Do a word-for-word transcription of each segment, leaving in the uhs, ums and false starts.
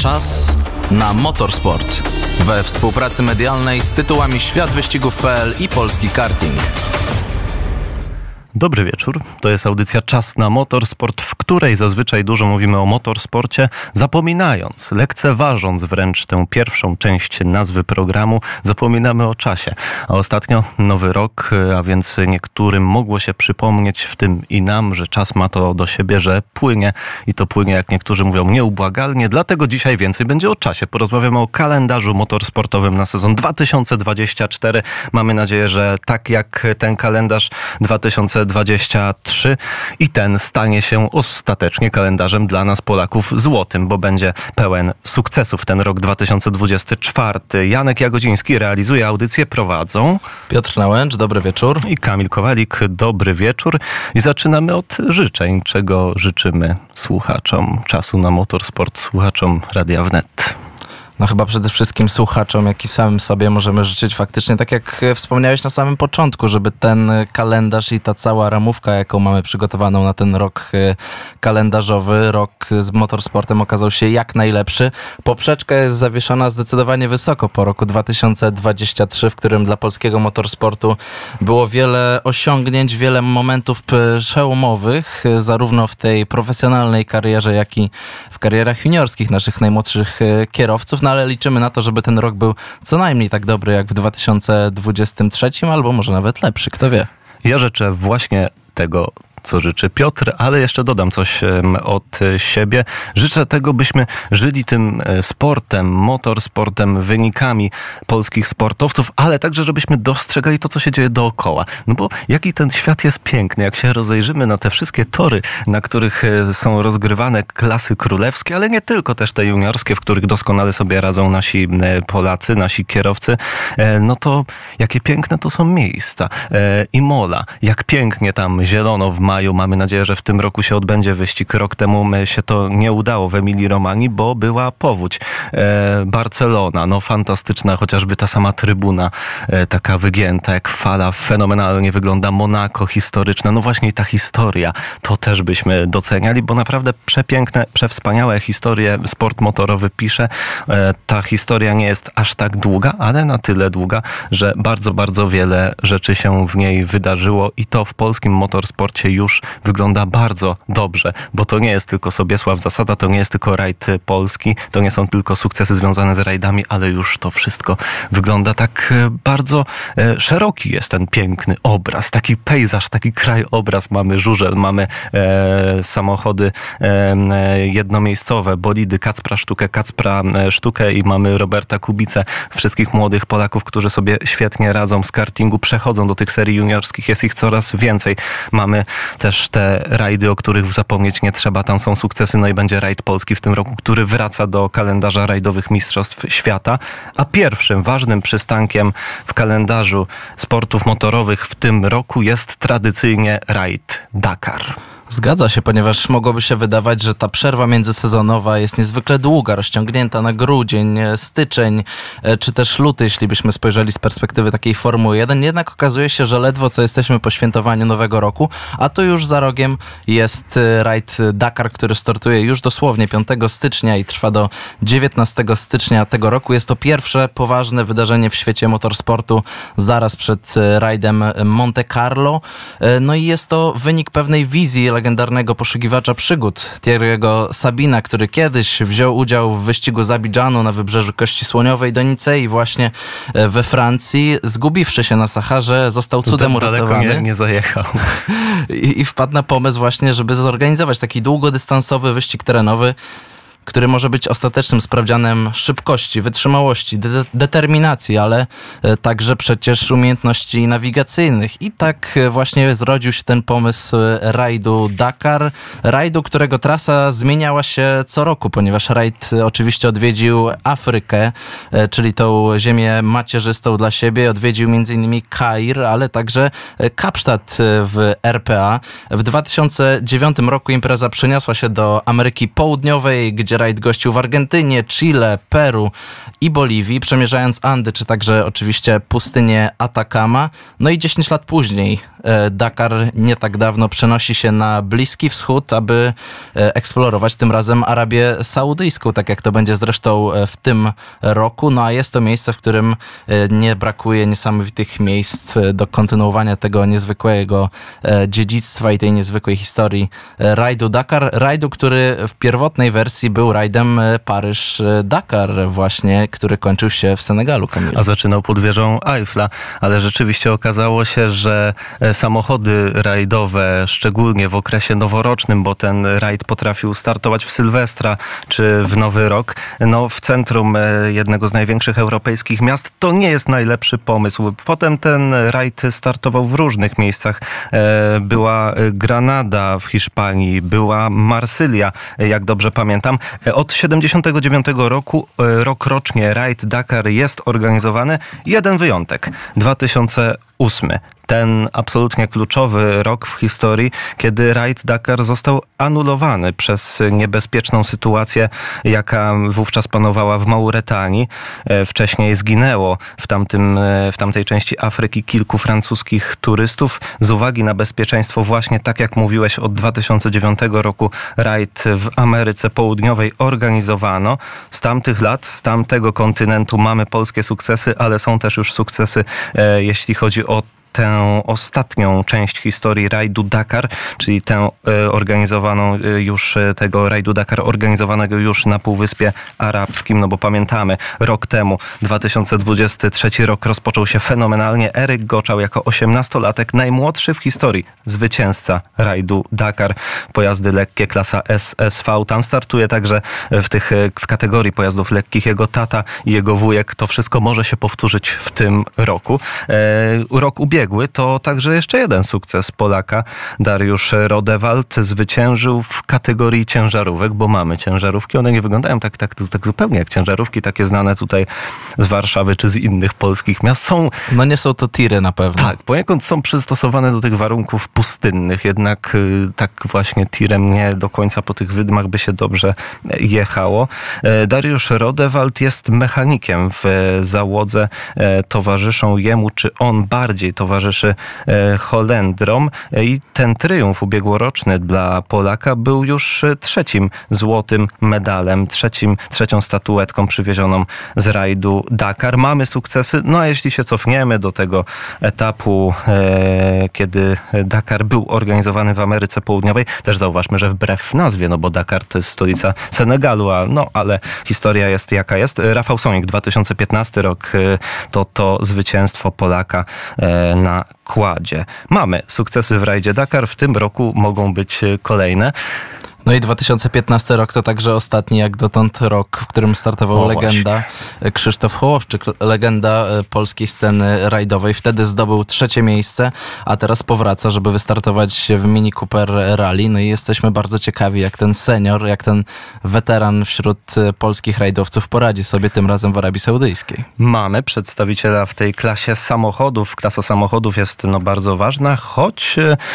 Czas na motorsport. We współpracy medialnej z tytułami Świat Wyścigów kropka pe el i Polski Karting. Dobry wieczór. To jest audycja Czas na motorsport, w której zazwyczaj dużo mówimy o motorsporcie, zapominając, lekceważąc wręcz tę pierwszą część nazwy programu, zapominamy o czasie. A ostatnio nowy rok, a więc niektórym mogło się przypomnieć, w tym i nam, że czas ma to do siebie, że płynie i to płynie, jak niektórzy mówią, nieubłagalnie. Dlatego dzisiaj więcej będzie o czasie. Porozmawiamy o kalendarzu motorsportowym na sezon dwa tysiące dwudziesty czwarty. Mamy nadzieję, że tak jak ten kalendarz dwa tysiące dwudziesty trzeci i ten stanie się ostatecznie kalendarzem dla nas Polaków złotym, bo będzie pełen sukcesów ten rok dwa tysiące dwudziesty czwarty. Janek Jagodziński realizuje audycję, prowadzą Piotr Nałęcz, dobry wieczór. I Kamil Kowalik, dobry wieczór. I zaczynamy od życzeń, czego życzymy słuchaczom Czasu na motorsport, słuchaczom Radia Wnet. No chyba przede wszystkim słuchaczom, jak i samym sobie możemy życzyć faktycznie, tak jak wspomniałeś na samym początku, żeby ten kalendarz i ta cała ramówka, jaką mamy przygotowaną na ten rok kalendarzowy, rok z motorsportem, okazał się jak najlepszy. Poprzeczka jest zawieszona zdecydowanie wysoko po roku dwa tysiące dwudziestym trzecim, w którym dla polskiego motorsportu było wiele osiągnięć, wiele momentów przełomowych, zarówno w tej profesjonalnej karierze, jak i w karierach juniorskich naszych najmłodszych kierowców. No ale liczymy na to, żeby ten rok był co najmniej tak dobry jak w dwa tysiące dwudziestym trzecim, albo może nawet lepszy, kto wie. Ja życzę właśnie tego, co życzy Piotr, ale jeszcze dodam coś od siebie. Życzę tego, byśmy żyli tym sportem, motorsportem, wynikami polskich sportowców, ale także, żebyśmy dostrzegali to, co się dzieje dookoła. No bo jaki ten świat jest piękny, jak się rozejrzymy na te wszystkie tory, na których są rozgrywane klasy królewskie, ale nie tylko, też te juniorskie, w których doskonale sobie radzą nasi Polacy, nasi kierowcy, no to jakie piękne to są miejsca. Imola, jak pięknie tam zielono w maju. Mamy nadzieję, że w tym roku się odbędzie wyścig. Rok temu się to nie udało w Emilii Romanii, bo była powódź. E, Barcelona, no fantastyczna, chociażby ta sama trybuna, e, taka wygięta jak fala, fenomenalnie wygląda. Monako historyczne, no właśnie ta historia, to też byśmy doceniali, bo naprawdę przepiękne, przewspaniałe historie sport motorowy pisze. E, ta historia nie jest aż tak długa, ale na tyle długa, że bardzo, bardzo wiele rzeczy się w niej wydarzyło i to w polskim motorsporcie już wygląda bardzo dobrze, bo to nie jest tylko Sobiesław Zasada, to nie jest tylko rajd polski, to nie są tylko sukcesy związane z rajdami, ale już to wszystko wygląda tak bardzo e, szeroki jest ten piękny obraz, taki pejzaż, taki krajobraz. Mamy żużel, mamy e, samochody e, jednomiejscowe, bolidy Kacpra Sztukę, Kacpra Sztukę i mamy Roberta Kubicę, wszystkich młodych Polaków, którzy sobie świetnie radzą z kartingu, przechodzą do tych serii juniorskich, jest ich coraz więcej. Mamy też te rajdy, o których zapomnieć nie trzeba. Tam są sukcesy, no i będzie rajd polski w tym roku, który wraca do kalendarza rajdowych mistrzostw świata. A pierwszym ważnym przystankiem w kalendarzu sportów motorowych w tym roku jest tradycyjnie rajd Dakar. Zgadza się, ponieważ mogłoby się wydawać, że ta przerwa międzysezonowa jest niezwykle długa, rozciągnięta na grudzień, styczeń, czy też luty, jeśli byśmy spojrzeli z perspektywy takiej Formuły jeden. Jednak okazuje się, że ledwo co jesteśmy po świętowaniu Nowego Roku, a tu już za rogiem jest rajd Dakar, który startuje już dosłownie piątego stycznia i trwa do dziewiętnastego stycznia tego roku. Jest to pierwsze poważne wydarzenie w świecie motorsportu zaraz przed rajdem Monte Carlo. No i jest to wynik pewnej wizji legendarnego poszukiwacza przygód Thierry'ego Sabina, który kiedyś wziął udział w wyścigu z Abidżanu na wybrzeżu Kości Słoniowej do Nicei właśnie we Francji. Zgubiwszy się na Saharze, został cudem uratowany. Daleko nie, nie zajechał. I, I wpadł na pomysł właśnie, żeby zorganizować taki długodystansowy wyścig terenowy, który może być ostatecznym sprawdzianem szybkości, wytrzymałości, de- determinacji, ale e, także przecież umiejętności nawigacyjnych. I tak właśnie zrodził się ten pomysł rajdu Dakar. Rajdu, którego trasa zmieniała się co roku, ponieważ rajd oczywiście odwiedził Afrykę, e, czyli tą ziemię macierzystą dla siebie. Odwiedził między innymi Kair, ale także Kapsztad w R P A. W dwa tysiące dziewiątym roku impreza przeniosła się do Ameryki Południowej, gdzie rajd gościł w Argentynie, Chile, Peru i Boliwii, przemierzając Andy, czy także oczywiście pustynię Atacama. No i dziesięć lat później Dakar nie tak dawno przenosi się na Bliski Wschód, aby eksplorować tym razem Arabię Saudyjską, tak jak to będzie zresztą w tym roku. No a jest to miejsce, w którym nie brakuje niesamowitych miejsc do kontynuowania tego niezwykłego dziedzictwa i tej niezwykłej historii rajdu Dakar. Rajdu, który w pierwotnej wersji był rajdem Paryż-Dakar właśnie, który kończył się w Senegalu, Kamilu. A zaczynał pod wieżą Eiffla, ale rzeczywiście okazało się, że samochody rajdowe, szczególnie w okresie noworocznym, bo ten rajd potrafił startować w Sylwestra czy w Nowy Rok, no w centrum jednego z największych europejskich miast, to nie jest najlepszy pomysł. Potem ten rajd startował w różnych miejscach. Była Granada w Hiszpanii, była Marsylia, jak dobrze pamiętam. Od siedemdziesiątego dziewiątego roku rokrocznie rajd Dakar jest organizowany. Jeden wyjątek. dwa tysiące ósmy. Ten absolutnie kluczowy rok w historii, kiedy rajd Dakar został anulowany przez niebezpieczną sytuację, jaka wówczas panowała w Mauretanii. Wcześniej zginęło w, tamtym, w tamtej części Afryki kilku francuskich turystów. Z uwagi na bezpieczeństwo właśnie, tak jak mówiłeś, od dwa tysiące dziewiątego roku rajd w Ameryce Południowej organizowano. Z tamtych lat, z tamtego kontynentu mamy polskie sukcesy, ale są też już sukcesy, e, jeśli chodzi o tę ostatnią część historii rajdu Dakar, czyli tę e, organizowaną e, już, e, tego rajdu Dakar organizowanego już na Półwyspie Arabskim, no bo pamiętamy, rok temu, dwa tysiące dwudziesty trzeci rok rozpoczął się fenomenalnie. Eryk Goczał jako osiemnastolatek, najmłodszy w historii zwycięzca rajdu Dakar. Pojazdy lekkie, klasa S S V. Tam startuje także w tych, w kategorii pojazdów lekkich jego tata i jego wujek. To wszystko może się powtórzyć w tym roku. E, rok ubiegły to także jeszcze jeden sukces Polaka. Dariusz Rodewald zwyciężył w kategorii ciężarówek, bo mamy ciężarówki. One nie wyglądają tak, tak, tak zupełnie jak ciężarówki, takie znane tutaj z Warszawy czy z innych polskich miast. Są, no nie są to tiry na pewno. Tak, poniekąd są przystosowane do tych warunków pustynnych, jednak y, tak właśnie tirem nie do końca po tych wydmach by się dobrze jechało. E, Dariusz Rodewald jest mechanikiem w e, załodze. E, towarzyszą jemu, czy on bardziej towarzyszy Holendrom i ten triumf ubiegłoroczny dla Polaka był już trzecim złotym medalem, trzecim, trzecią statuetką przywiezioną z rajdu Dakar. Mamy sukcesy, no a jeśli się cofniemy do tego etapu, e, kiedy Dakar był organizowany w Ameryce Południowej, też zauważmy, że wbrew nazwie, no bo Dakar to jest stolica Senegalu, a no ale historia jest jaka jest. Rafał Sonik, dwa tysiące piętnasty rok, to to zwycięstwo Polaka e, na kładzie. Mamy sukcesy w rajdzie Dakar, w tym roku mogą być kolejne. No i dwa tysiące piętnasty rok to także ostatni jak dotąd rok, w którym startował o, legenda właśnie. Krzysztof Hołowczyk, legenda polskiej sceny rajdowej. Wtedy zdobył trzecie miejsce, a teraz powraca, żeby wystartować w Mini Cooper Rally. No i jesteśmy bardzo ciekawi, jak ten senior, jak ten weteran wśród polskich rajdowców poradzi sobie tym razem w Arabii Saudyjskiej. Mamy przedstawiciela w tej klasie samochodów. Klasa samochodów jest no, bardzo ważna, choć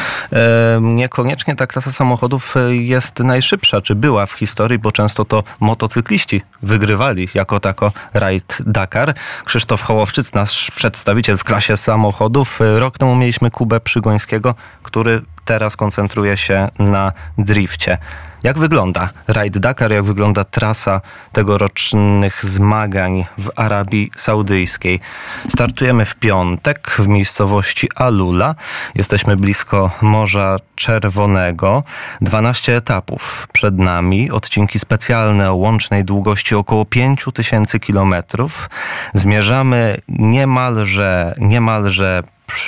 e, niekoniecznie ta klasa samochodów jest najszybsza, czy była w historii, bo często to motocykliści wygrywali jako tako rajd Dakar. Krzysztof Hołowczyk, nasz przedstawiciel w klasie samochodów. Rok temu mieliśmy Kubę Przygońskiego, który teraz koncentruje się na drifcie. Jak wygląda rajd Dakar, jak wygląda trasa tegorocznych zmagań w Arabii Saudyjskiej? Startujemy w piątek w miejscowości Alula. Jesteśmy blisko Morza Czerwonego. dwanaście etapów przed nami. Odcinki specjalne o łącznej długości około pięć tysięcy kilometrów. Zmierzamy niemalże, niemalże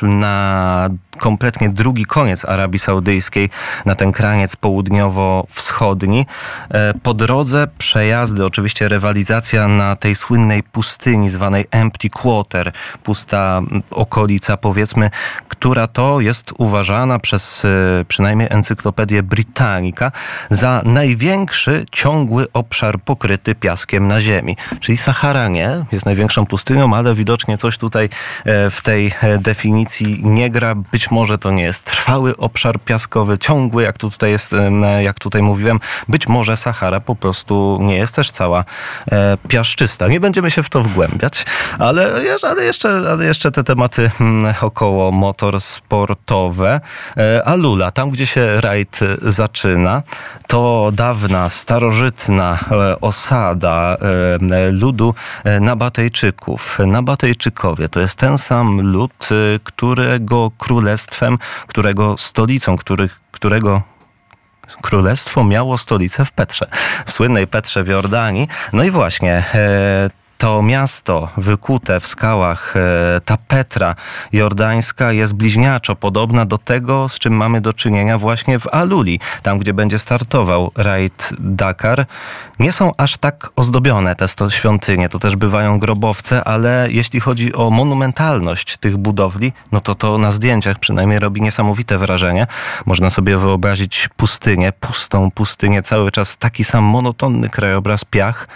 na kompletnie drugi koniec Arabii Saudyjskiej, na ten kraniec południowo-wschodni. Po drodze przejazdy, oczywiście rywalizacja na tej słynnej pustyni zwanej Empty Quarter, pusta okolica powiedzmy, która to jest uważana przez przynajmniej Encyklopedię Britannica za największy ciągły obszar pokryty piaskiem na Ziemi. Czyli Sahara nie, jest największą pustynią, ale widocznie coś tutaj w tej definicji nie gra. Być może to nie jest trwały obszar piaskowy, ciągły, jak tu tutaj jest, jak tutaj mówiłem. Być może Sahara po prostu nie jest też cała e, piaszczysta. Nie będziemy się w to wgłębiać, ale, ale, jeszcze, ale jeszcze te tematy hmm, około motorsportowe. E, Alula, tam gdzie się rajd zaczyna, to dawna, starożytna e, osada e, ludu e, Nabatejczyków. Nabatejczykowie to jest ten sam lud, e, którego królestwem, którego stolicą, których, którego królestwo miało stolicę w Petrze, w słynnej Petrze w Jordanii. No i właśnie e, to miasto wykute w skałach, e, ta Petra jordańska jest bliźniaczo podobna do tego, z czym mamy do czynienia właśnie w Aluli, tam gdzie będzie startował rajd Dakar. Nie są aż tak ozdobione te sto świątynie, to też bywają grobowce, ale jeśli chodzi o monumentalność tych budowli, no to to na zdjęciach przynajmniej robi niesamowite wrażenie. Można sobie wyobrazić pustynię, pustą pustynię, cały czas taki sam monotonny krajobraz, piach,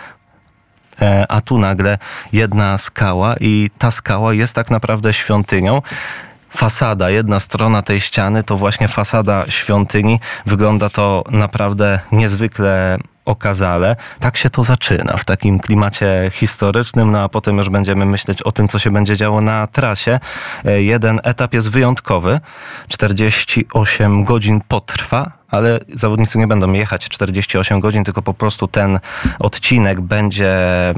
a tu nagle jedna skała i ta skała jest tak naprawdę świątynią. Fasada, jedna strona tej ściany to właśnie fasada świątyni. Wygląda to naprawdę niezwykle okazale. Tak się to zaczyna w takim klimacie historycznym, no a potem już będziemy myśleć o tym, co się będzie działo na trasie. Jeden etap jest wyjątkowy. czterdzieści osiem godzin potrwa, ale zawodnicy nie będą jechać czterdzieści osiem godzin, tylko po prostu ten odcinek będzie,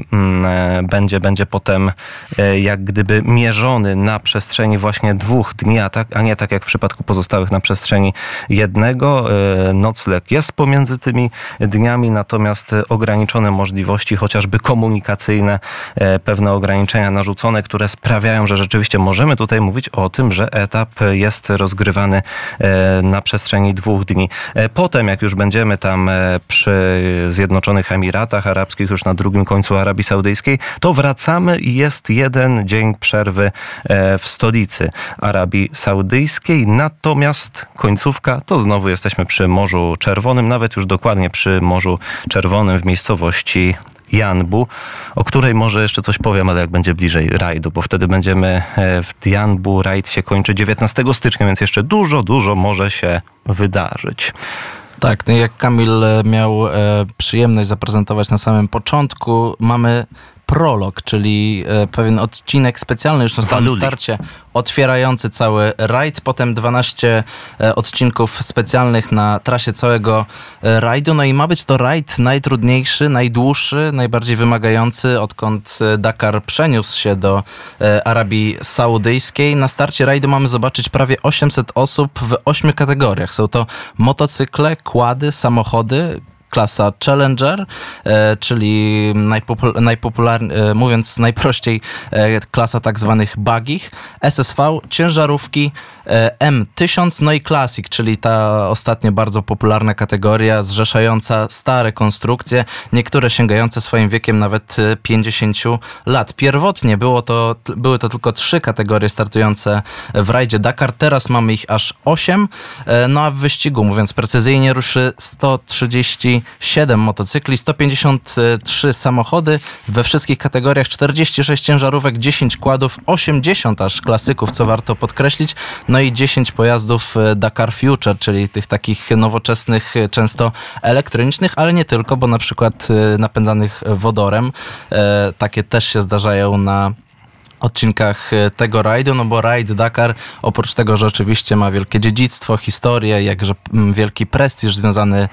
mm, będzie, będzie potem e, jak gdyby mierzony na przestrzeni właśnie dwóch dni, a, tak, a nie tak jak w przypadku pozostałych na przestrzeni jednego. E, nocleg jest pomiędzy tymi dniami, natomiast ograniczone możliwości, chociażby komunikacyjne, e, pewne ograniczenia narzucone, które sprawiają, że rzeczywiście możemy tutaj mówić o tym, że etap jest rozgrywany e, na przestrzeni dwóch dni. Potem, jak już będziemy tam przy Zjednoczonych Emiratach Arabskich, już na drugim końcu Arabii Saudyjskiej, to wracamy i jest jeden dzień przerwy w stolicy Arabii Saudyjskiej. Natomiast końcówka, to znowu jesteśmy przy Morzu Czerwonym, nawet już dokładnie przy Morzu Czerwonym w miejscowości Janbu, o której może jeszcze coś powiem, ale jak będzie bliżej rajdu, bo wtedy będziemy w Janbu, rajd się kończy dziewiętnastego stycznia, więc jeszcze dużo, dużo może się wydarzyć. Tak, no jak Kamil miał e, przyjemność zaprezentować na samym początku, mamy prolog, czyli e, pewien odcinek specjalny już na samym Aluli. starcie, otwierający cały rajd, potem dwanaście e, odcinków specjalnych na trasie całego e, rajdu, no i ma być to rajd najtrudniejszy, najdłuższy, najbardziej wymagający, odkąd e, Dakar przeniósł się do e, Arabii Saudyjskiej. Na starcie rajdu mamy zobaczyć prawie osiemset osób w ośmiu kategoriach. Są to motocykle, quady, samochody, klasa Challenger, e, czyli najpopul- najpopularniej, e, mówiąc najprościej, e, klasa tak zwanych buggy, S S V, ciężarówki, e, M tysiąc, no i Classic, czyli ta ostatnia bardzo popularna kategoria zrzeszająca stare konstrukcje, niektóre sięgające swoim wiekiem nawet pięćdziesiąt lat. Pierwotnie było to, były to tylko trzy kategorie startujące w rajdzie Dakar, teraz mamy ich aż osiem, e, no a w wyścigu, mówiąc precyzyjnie, ruszy sto trzydzieści siedem motocykli, sto pięćdziesiąt trzy samochody, we wszystkich kategoriach czterdzieści sześć ciężarówek, dziesięć quadów, osiemdziesiąt aż klasyków, co warto podkreślić, no i dziesięć pojazdów Dakar Future, czyli tych takich nowoczesnych, często elektronicznych, ale nie tylko, bo na przykład napędzanych wodorem. E, takie też się zdarzają na odcinkach tego rajdu, no bo rajd Dakar, oprócz tego, że oczywiście ma wielkie dziedzictwo, historię, jakże wielki prestiż związany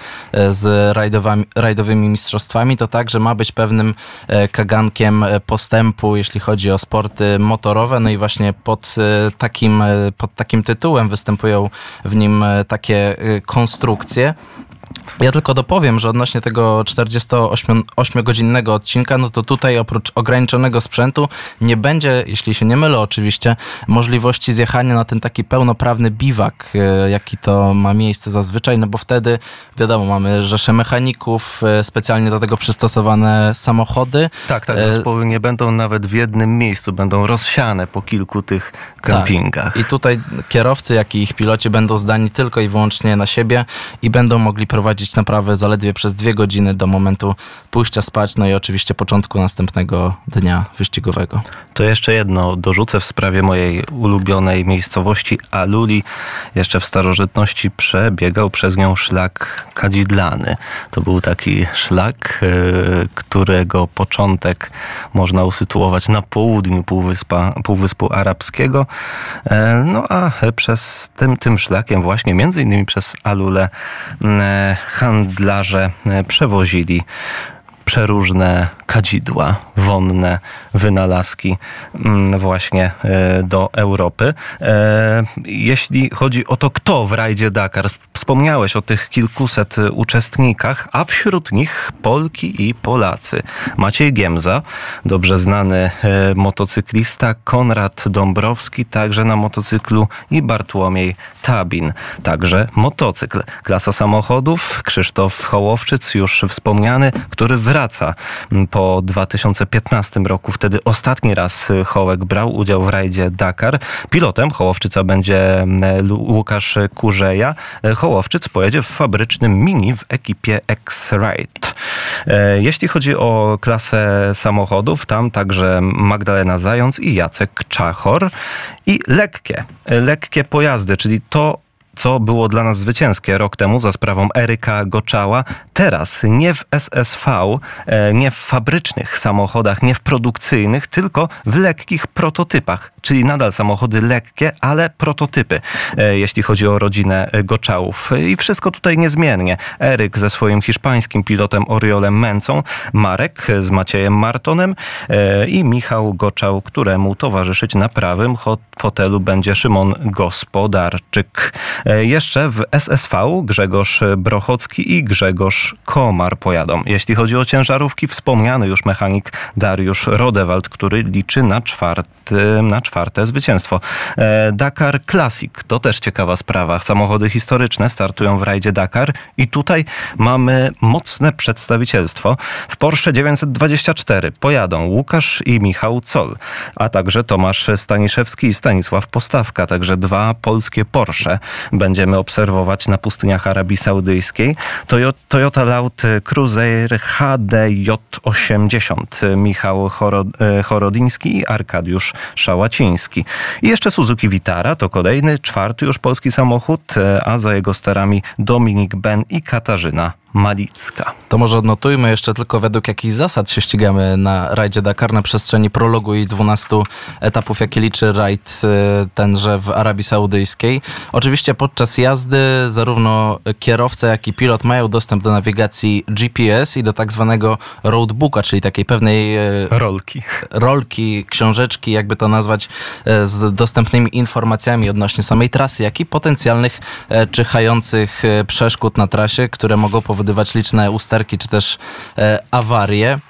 z rajdowymi, rajdowymi mistrzostwami, to także ma być pewnym kagankiem postępu, jeśli chodzi o sporty motorowe, no i właśnie pod takim, pod takim tytułem występują w nim takie konstrukcje. Ja tylko dopowiem, że odnośnie tego czterdziestoośmiogodzinnego odcinka, no to tutaj oprócz ograniczonego sprzętu nie będzie, jeśli się nie mylę oczywiście, możliwości zjechania na ten taki pełnoprawny biwak, jaki to ma miejsce zazwyczaj, no bo wtedy, wiadomo, mamy rzesze mechaników, specjalnie do tego przystosowane samochody. Tak, tak, zespoły nie będą nawet w jednym miejscu, będą rozsiane po kilku tych kempingach. Tak. I tutaj kierowcy, jak i ich piloci będą zdani tylko i wyłącznie na siebie i będą mogli prowadzić naprawę zaledwie przez dwie godziny do momentu pójścia spać, no i oczywiście początku następnego dnia wyścigowego. To jeszcze jedno dorzucę w sprawie mojej ulubionej miejscowości Aluli. Jeszcze w starożytności przebiegał przez nią szlak kadzidlany. To był taki szlak, którego początek można usytuować na południu Półwyspa, Półwyspu Arabskiego. No a przez tym, tym szlakiem właśnie, między innymi przez Alulę, handlarze przewozili przeróżne kadzidła, wonne wynalazki właśnie do Europy. Jeśli chodzi o to, kto w rajdzie Dakar, wspomniałeś o tych kilkuset uczestnikach, a wśród nich Polki i Polacy. Maciej Giemza, dobrze znany motocyklista, Konrad Dąbrowski, także na motocyklu, i Bartłomiej Tabin, także motocykl. Klasa samochodów, Krzysztof Hołowczyc, już wspomniany, który wraca po dwa tysiące piętnastym roku. Wtedy ostatni raz Hołek brał udział w rajdzie Dakar. Pilotem Hołowczyca będzie Łukasz Kurzeja. Hołowczyc pojedzie w fabrycznym Mini w ekipie X-Ride. Jeśli chodzi o klasę samochodów, tam także Magdalena Zając i Jacek Czachor. I lekkie, lekkie pojazdy, czyli to, co było dla nas zwycięskie rok temu za sprawą Eryka Goczała. Teraz nie w S S V, nie w fabrycznych samochodach, nie w produkcyjnych, tylko w lekkich prototypach, czyli nadal samochody lekkie, ale prototypy, jeśli chodzi o rodzinę Goczałów. I wszystko tutaj niezmiennie. Eryk ze swoim hiszpańskim pilotem Oriolem Mencą, Marek z Maciejem Martonem i Michał Goczał, któremu towarzyszyć na prawym fotelu będzie Szymon Gospodarczyk. Jeszcze w S S V Grzegorz Brochocki i Grzegorz Komar pojadą. Jeśli chodzi o ciężarówki, wspomniany już mechanik Dariusz Rodewald, który liczy na, czwarty, na czwarte zwycięstwo. Dakar Classic, to też ciekawa sprawa. Samochody historyczne startują w rajdzie Dakar i tutaj mamy mocne przedstawicielstwo. W Porsche dziewięćset dwadzieścia cztery pojadą Łukasz i Michał Coll, a także Tomasz Staniszewski i Stanisław Postawka, także dwa polskie Porsche będziemy obserwować na pustyniach Arabii Saudyjskiej. Toyota Land Cruiser H D J osiemdziesiąt, Michał Chorodyński i Arkadiusz Szałaciński. I jeszcze Suzuki Vitara, to kolejny, czwarty już polski samochód, a za jego sterami Dominik Ben i Katarzyna Malicka. To może odnotujmy jeszcze tylko, według jakich zasad się ścigamy na rajdzie Dakar na przestrzeni prologu i dwunastu etapów, jakie liczy rajd tenże w Arabii Saudyjskiej. Oczywiście podczas jazdy zarówno kierowca, jak i pilot mają dostęp do nawigacji G P S i do tak zwanego roadbooka, czyli takiej pewnej rolki, rolki, książeczki, jakby to nazwać, z dostępnymi informacjami odnośnie samej trasy, jak i potencjalnych czyhających przeszkód na trasie, które mogą powodować liczne usterki czy też e, awarie.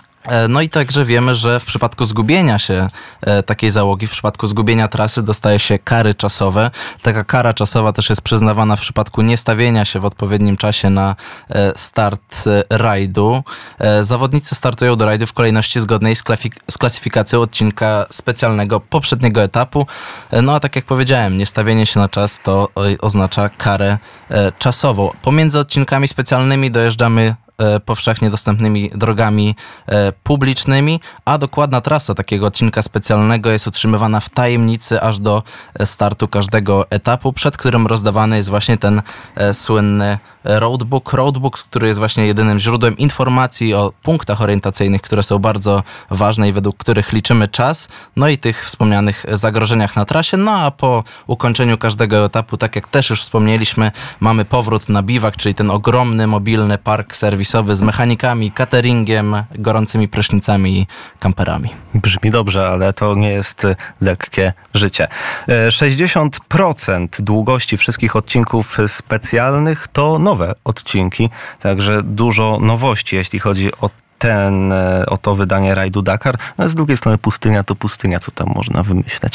No i także wiemy, że w przypadku zgubienia się e, takiej załogi, w przypadku zgubienia trasy dostaje się kary czasowe. Taka kara czasowa też jest przyznawana w przypadku niestawienia się w odpowiednim czasie na e, start e, rajdu. E, zawodnicy startują do rajdu w kolejności zgodnej z, klafik- z klasyfikacją odcinka specjalnego poprzedniego etapu. E, no a tak jak powiedziałem, niestawienie się na czas to o, oznacza karę e, czasową. Pomiędzy odcinkami specjalnymi dojeżdżamy powszechnie dostępnymi drogami e, publicznymi, a dokładna trasa takiego odcinka specjalnego jest utrzymywana w tajemnicy aż do startu każdego etapu, przed którym rozdawany jest właśnie ten e, słynny roadbook. Roadbook, który jest właśnie jedynym źródłem informacji o punktach orientacyjnych, które są bardzo ważne i według których liczymy czas, no i tych wspomnianych zagrożeniach na trasie. No a po ukończeniu każdego etapu, tak jak też już wspomnieliśmy, mamy powrót na biwak, czyli ten ogromny, mobilny park serwis serwisowy z mechanikami, cateringiem, gorącymi prysznicami i kamperami. Brzmi dobrze, ale to nie jest lekkie życie. sześćdziesiąt procent długości wszystkich odcinków specjalnych to nowe odcinki, także dużo nowości, jeśli chodzi o ten, o to wydanie rajdu Dakar. No z drugiej strony pustynia to pustynia, co tam można wymyśleć.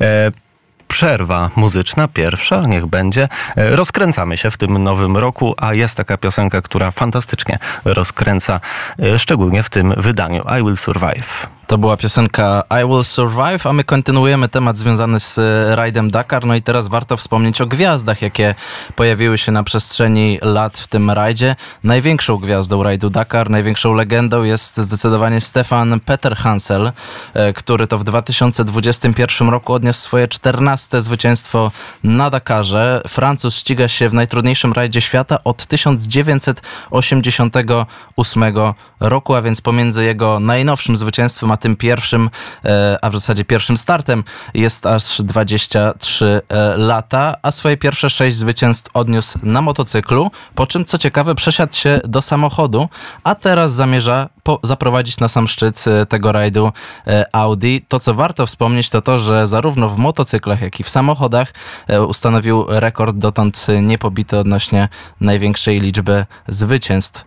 Przerwa muzyczna, pierwsza, niech będzie. Rozkręcamy się w tym nowym roku, a jest taka piosenka, która fantastycznie rozkręca, szczególnie w tym wydaniu. I Will Survive. To była piosenka I Will Survive, a my kontynuujemy temat związany z rajdem Dakar. No i teraz warto wspomnieć o gwiazdach, jakie pojawiły się na przestrzeni lat w tym rajdzie. Największą gwiazdą rajdu Dakar, największą legendą jest zdecydowanie Stefan Peter Hansel, który to w dwa tysiące dwudziestym pierwszym roku odniósł swoje czternaste zwycięstwo na Dakarze. Francuz ściga się w najtrudniejszym rajdzie świata od tysiąc dziewięćset osiemdziesiątego ósmego roku, a więc pomiędzy jego najnowszym zwycięstwem a tym pierwszym, a w zasadzie pierwszym startem jest aż dwadzieścia trzy lata, a swoje pierwsze sześć zwycięstw odniósł na motocyklu, po czym, co ciekawe, przesiadł się do samochodu, a teraz zamierza po- zaprowadzić na sam szczyt tego rajdu Audi. To, co warto wspomnieć, to to, że zarówno w motocyklach, jak i w samochodach ustanowił rekord dotąd niepobity odnośnie największej liczby zwycięstw.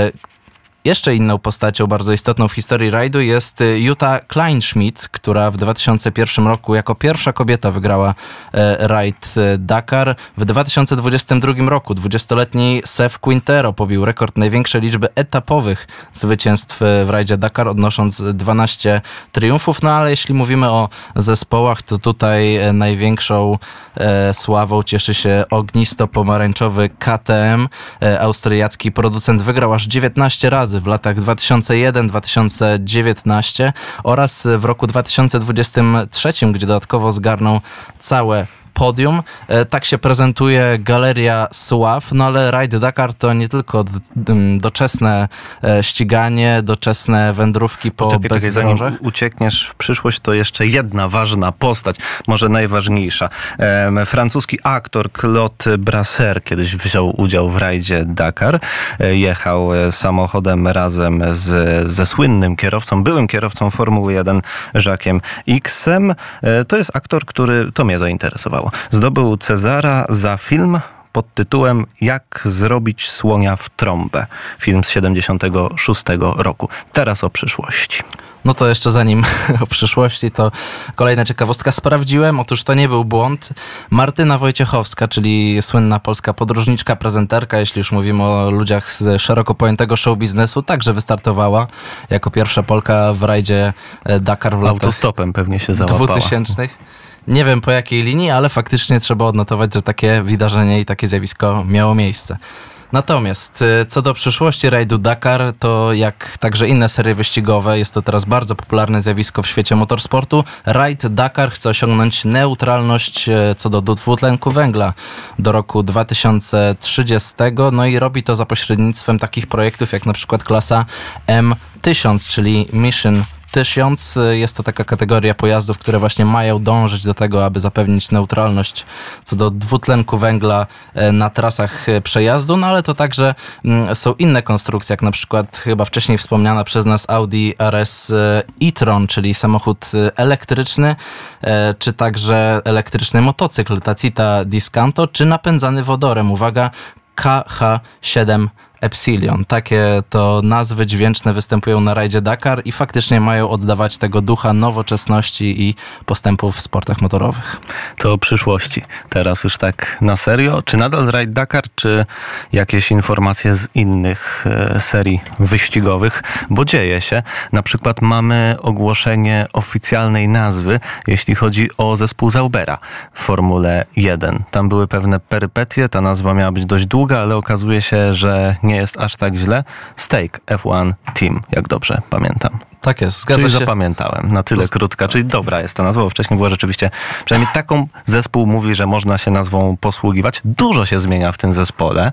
Jeszcze inną postacią bardzo istotną w historii rajdu jest Jutta Kleinschmidt, która w dwa tysiące pierwszym roku jako pierwsza kobieta wygrała rajd Dakar. W dwa tysiące dwudziestym drugim roku dwudziestoletni Sef Quintero pobił rekord największej liczby etapowych zwycięstw w rajdzie Dakar, odnosząc dwanaście triumfów. No ale jeśli mówimy o zespołach, to tutaj największą e, sławą cieszy się ognisto-pomarańczowy K T M. E, austriacki producent wygrał aż dziewiętnaście razy w latach dwa tysiące pierwszy do dwa tysiące dziewiętnastego oraz w roku dwa tysiące dwudziestym trzecim, gdzie dodatkowo zgarnął całe podium. Tak się prezentuje galeria sław, no ale rajd Dakar to nie tylko doczesne ściganie, doczesne wędrówki po Czekaj, czekaj, bezdrożach. zanim uciekniesz w przyszłość, to jeszcze jedna ważna postać, może najważniejsza. E, francuski aktor Claude Brasser kiedyś wziął udział w rajdzie Dakar. E, jechał samochodem razem z, ze słynnym kierowcą, byłym kierowcą Formuły jeden Jacques'em X'em. E, to jest aktor, który, to mnie zainteresowało. Zdobył Cezara za film pod tytułem Jak zrobić słonia w trąbę. Film z siedemdziesiątego szóstego roku. Teraz o przyszłości. No to jeszcze zanim o przyszłości, to kolejna ciekawostka. Sprawdziłem, otóż to nie był błąd. Martyna Wojciechowska, czyli słynna polska podróżniczka, prezenterka, jeśli już mówimy o ludziach z szeroko pojętego show biznesu, także wystartowała jako pierwsza Polka w rajdzie Dakar w latach Autostopem pewnie się załapała. dwutysięcznych. Nie wiem po jakiej linii, ale faktycznie trzeba odnotować, że takie wydarzenie i takie zjawisko miało miejsce. Natomiast co do przyszłości rajdu Dakar, to jak także inne serie wyścigowe, jest to teraz bardzo popularne zjawisko w świecie motorsportu. Rajd Dakar chce osiągnąć neutralność co do dwutlenku węgla do roku dwa tysiące trzydziestego, no i robi to za pośrednictwem takich projektów jak na przykład klasa M tysiąc, czyli Mission tysiąc. Jest to taka kategoria pojazdów, które właśnie mają dążyć do tego, aby zapewnić neutralność co do dwutlenku węgla na trasach przejazdu, no ale to także są inne konstrukcje, jak na przykład chyba wcześniej wspomniana przez nas Audi R S e-tron, czyli samochód elektryczny, czy także elektryczny motocykl Tacita Discanto, czy napędzany wodorem, uwaga, K H siedem Epsilon. Takie to nazwy dźwięczne występują na rajdzie Dakar i faktycznie mają oddawać tego ducha nowoczesności i postępów w sportach motorowych. To o przyszłości. Teraz już tak na serio. Czy nadal rajd Dakar, czy jakieś informacje z innych e, serii wyścigowych? Bo dzieje się. Na przykład mamy ogłoszenie oficjalnej nazwy, jeśli chodzi o zespół Zaubera w Formule jeden. Tam były pewne perypetie. Ta nazwa miała być dość długa, ale okazuje się, że nie jest aż tak źle. Stake F jeden Team, jak dobrze pamiętam. Tak jest, zgadza czyli się. zapamiętałem, na tyle krótka, czyli dobra jest ta nazwa, bo wcześniej była rzeczywiście, przynajmniej taką zespół mówi, że można się nazwą posługiwać. Dużo się zmienia w tym zespole.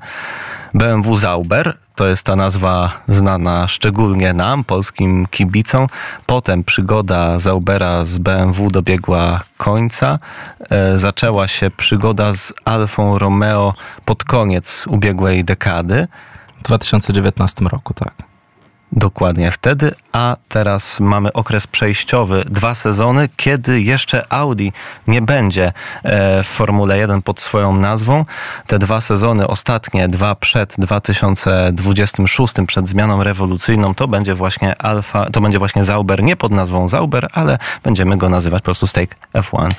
B M W Zauber, to jest ta nazwa znana szczególnie nam, polskim kibicom. Potem przygoda Zaubera z B M W dobiegła końca. E, zaczęła się przygoda z Alfą Romeo pod koniec ubiegłej dekady. W dwa tysiące dziewiętnastym roku, tak. Dokładnie wtedy, a teraz mamy okres przejściowy, dwa sezony, kiedy jeszcze Audi nie będzie w Formule jeden pod swoją nazwą. Te dwa sezony, ostatnie dwa przed dwa tysiące dwudziestym szóstym, przed zmianą rewolucyjną, to będzie właśnie Alfa, to będzie właśnie Sauber, nie pod nazwą Sauber, ale będziemy go nazywać po prostu Stake F jeden.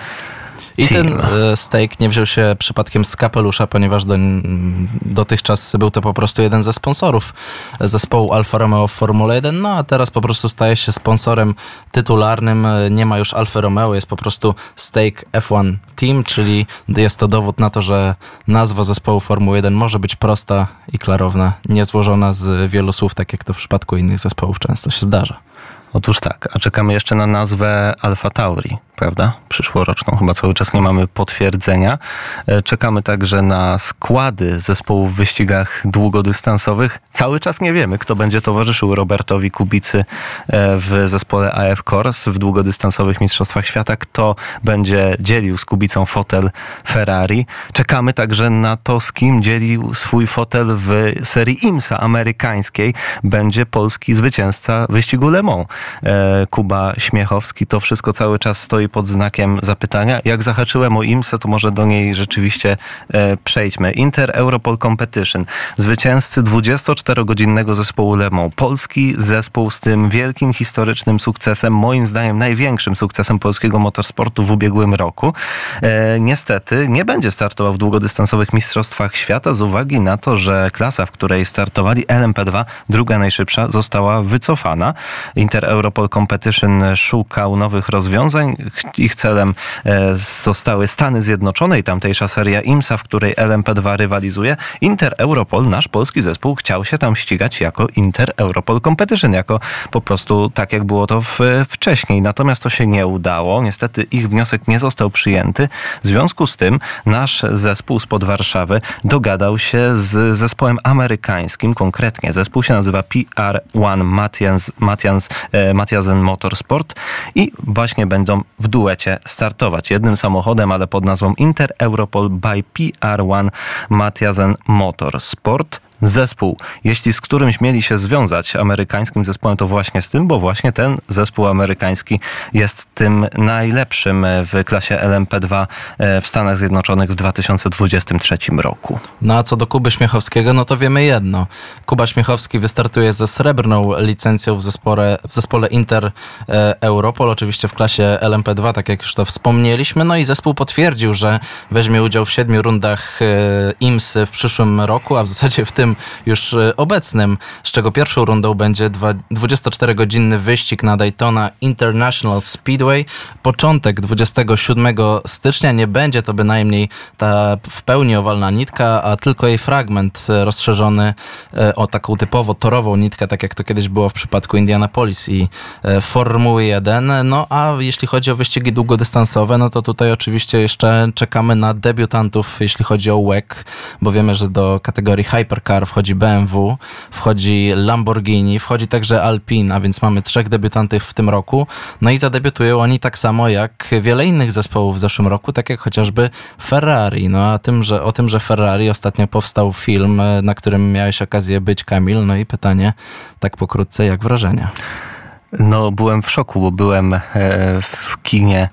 I Team. ten stake nie wziął się przypadkiem z kapelusza, ponieważ do, dotychczas był to po prostu jeden ze sponsorów zespołu Alfa Romeo w Formule jeden, no a teraz po prostu staje się sponsorem tytularnym. Nie ma już Alfa Romeo, jest po prostu Stake F jeden Team, czyli jest to dowód na to, że nazwa zespołu Formuły jeden może być prosta i klarowna, niezłożona z wielu słów, tak jak to w przypadku innych zespołów często się zdarza. Otóż tak, a czekamy jeszcze na nazwę Alfa Tauri, prawda? Przyszłoroczną, chyba cały czas nie mamy potwierdzenia. Czekamy także na składy zespołów w wyścigach długodystansowych. Cały czas nie wiemy, kto będzie towarzyszył Robertowi Kubicy w zespole A F Corse w długodystansowych mistrzostwach świata, kto będzie dzielił z Kubicą fotel Ferrari. Czekamy także na to, z kim dzielił swój fotel w serii IMSA amerykańskiej. Będzie polski zwycięzca wyścigu Le Mans, Kuba Śmiechowski. To wszystko cały czas stoi pod znakiem zapytania. Jak zahaczyłem o IMSA, to może do niej rzeczywiście e, przejdźmy. Inter Europol Competition. Zwycięzcy dwudziestoczterogodzinnego zespołu Le Mans. Polski zespół z tym wielkim, historycznym sukcesem, moim zdaniem największym sukcesem polskiego motorsportu w ubiegłym roku. E, niestety nie będzie startował w długodystansowych mistrzostwach świata z uwagi na to, że klasa, w której startowali L M P dwa, druga najszybsza, została wycofana. Inter Europol Competition szukał nowych rozwiązań. Ich celem zostały Stany Zjednoczone i tamtejsza seria IMSA, w której L M P dwa rywalizuje. Inter Europol, nasz polski zespół, chciał się tam ścigać jako Inter Europol Competition, jako po prostu tak, jak było to w, wcześniej. Natomiast to się nie udało. Niestety ich wniosek nie został przyjęty. W związku z tym nasz zespół spod Warszawy dogadał się z zespołem amerykańskim, konkretnie zespół się nazywa P R jeden Matias, Matias, Matiasen Motorsport i właśnie będą w duecie startować jednym samochodem, ale pod nazwą Inter Europol by P R jeden Matiasen Motorsport. Zespół, jeśli z którymś mieli się związać amerykańskim zespołem, to właśnie z tym, bo właśnie ten zespół amerykański jest tym najlepszym w klasie L M P dwa w Stanach Zjednoczonych w dwa tysiące dwudziestym trzecim roku. No a co do Kuby Śmiechowskiego, no to wiemy jedno. Kuba Śmiechowski wystartuje ze srebrną licencją w zespole, w zespole Inter Europol, oczywiście w klasie L M P dwa, tak jak już to wspomnieliśmy. No i zespół potwierdził, że weźmie udział w siedmiu rundach IMSY w przyszłym roku, a w zasadzie w tym już obecnym, z czego pierwszą rundą będzie dwudziestoczterogodzinny wyścig na Daytona International Speedway. Początek dwudziestego siódmego stycznia, nie będzie to bynajmniej ta w pełni owalna nitka, a tylko jej fragment rozszerzony o taką typowo torową nitkę, tak jak to kiedyś było w przypadku Indianapolis i Formuły jeden. No a jeśli chodzi o wyścigi długodystansowe, no to tutaj oczywiście jeszcze czekamy na debiutantów, jeśli chodzi o W E C, bo wiemy, że do kategorii Hypercar wchodzi B M W, wchodzi Lamborghini, wchodzi także Alpine, a więc mamy trzech debiutantów w tym roku. No i zadebiutują oni tak samo jak wiele innych zespołów w zeszłym roku, tak jak chociażby Ferrari. No a tym, że, o tym, że Ferrari ostatnio powstał film, na którym miałeś okazję być, Kamil. No i pytanie tak pokrótce, jak wrażenia? No, byłem w szoku, bo byłem w kinie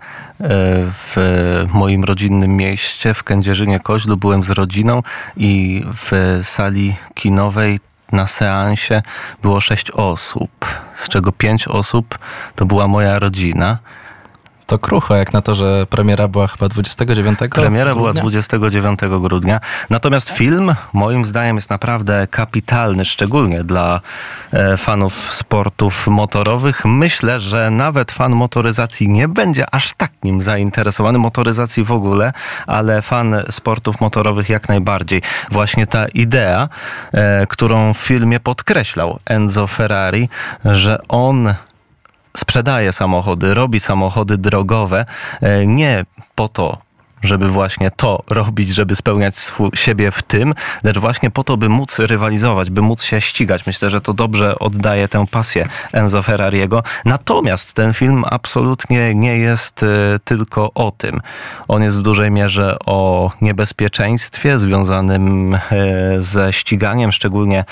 w moim rodzinnym mieście, w Kędzierzynie-Koźlu. Byłem z rodziną i w sali kinowej na seansie było sześć osób, z czego pięć osób to była moja rodzina. To krucho, jak na to, że premiera była chyba dwudziestego dziewiątego Premiera grudnia. była dwudziestego dziewiątego grudnia. Natomiast film moim zdaniem jest naprawdę kapitalny, szczególnie dla e, fanów sportów motorowych. Myślę, że nawet fan motoryzacji nie będzie aż tak nim zainteresowany, motoryzacji w ogóle, ale fan sportów motorowych jak najbardziej. Właśnie ta idea, e, którą w filmie podkreślał Enzo Ferrari, że on sprzedaje samochody, robi samochody drogowe nie po to, żeby właśnie to robić, żeby spełniać swój, siebie w tym, lecz właśnie po to, by móc rywalizować, by móc się ścigać. Myślę, że to dobrze oddaje tę pasję Enzo Ferrariego. Natomiast ten film absolutnie nie jest y, tylko o tym. On jest w dużej mierze o niebezpieczeństwie związanym y, ze ściganiem, szczególnie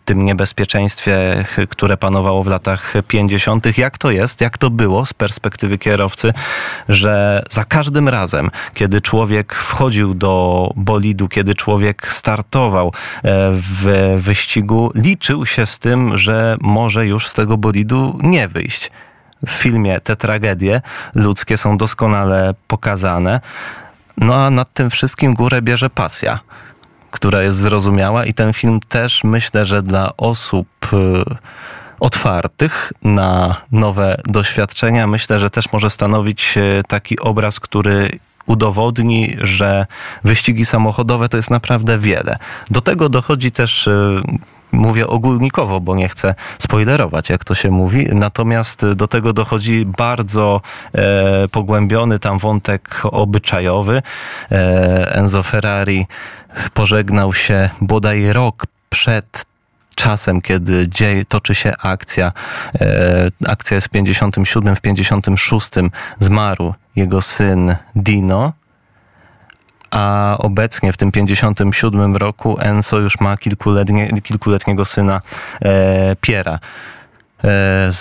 tym niebezpieczeństwie, które panowało w latach pięćdziesiątych. Jak to jest, jak to było z perspektywy kierowcy, że za każdym razem, kiedy człowiek wchodził do bolidu, kiedy człowiek startował w wyścigu, liczył się z tym, że może już z tego bolidu nie wyjść. W filmie te tragedie ludzkie są doskonale pokazane. No a nad tym wszystkim górę bierze pasja, która jest zrozumiała i ten film też, myślę, że dla osób otwartych na nowe doświadczenia, myślę, że też może stanowić taki obraz, który udowodni, że wyścigi samochodowe to jest naprawdę wiele. Do tego dochodzi też, mówię ogólnikowo, bo nie chcę spoilerować, jak to się mówi, natomiast do tego dochodzi bardzo e, pogłębiony tam wątek obyczajowy. E, Enzo Ferrari pożegnał się bodaj rok przed czasem, kiedy dzieje, toczy się akcja. E, akcja jest w pięćdziesiątym siódmym, w pięćdziesiątym szóstym zmarł jego syn Dino, a obecnie w tym pięćdziesiątym siódmym roku Enzo już ma kilkuletnie, kilkuletniego syna e, Piera. Z,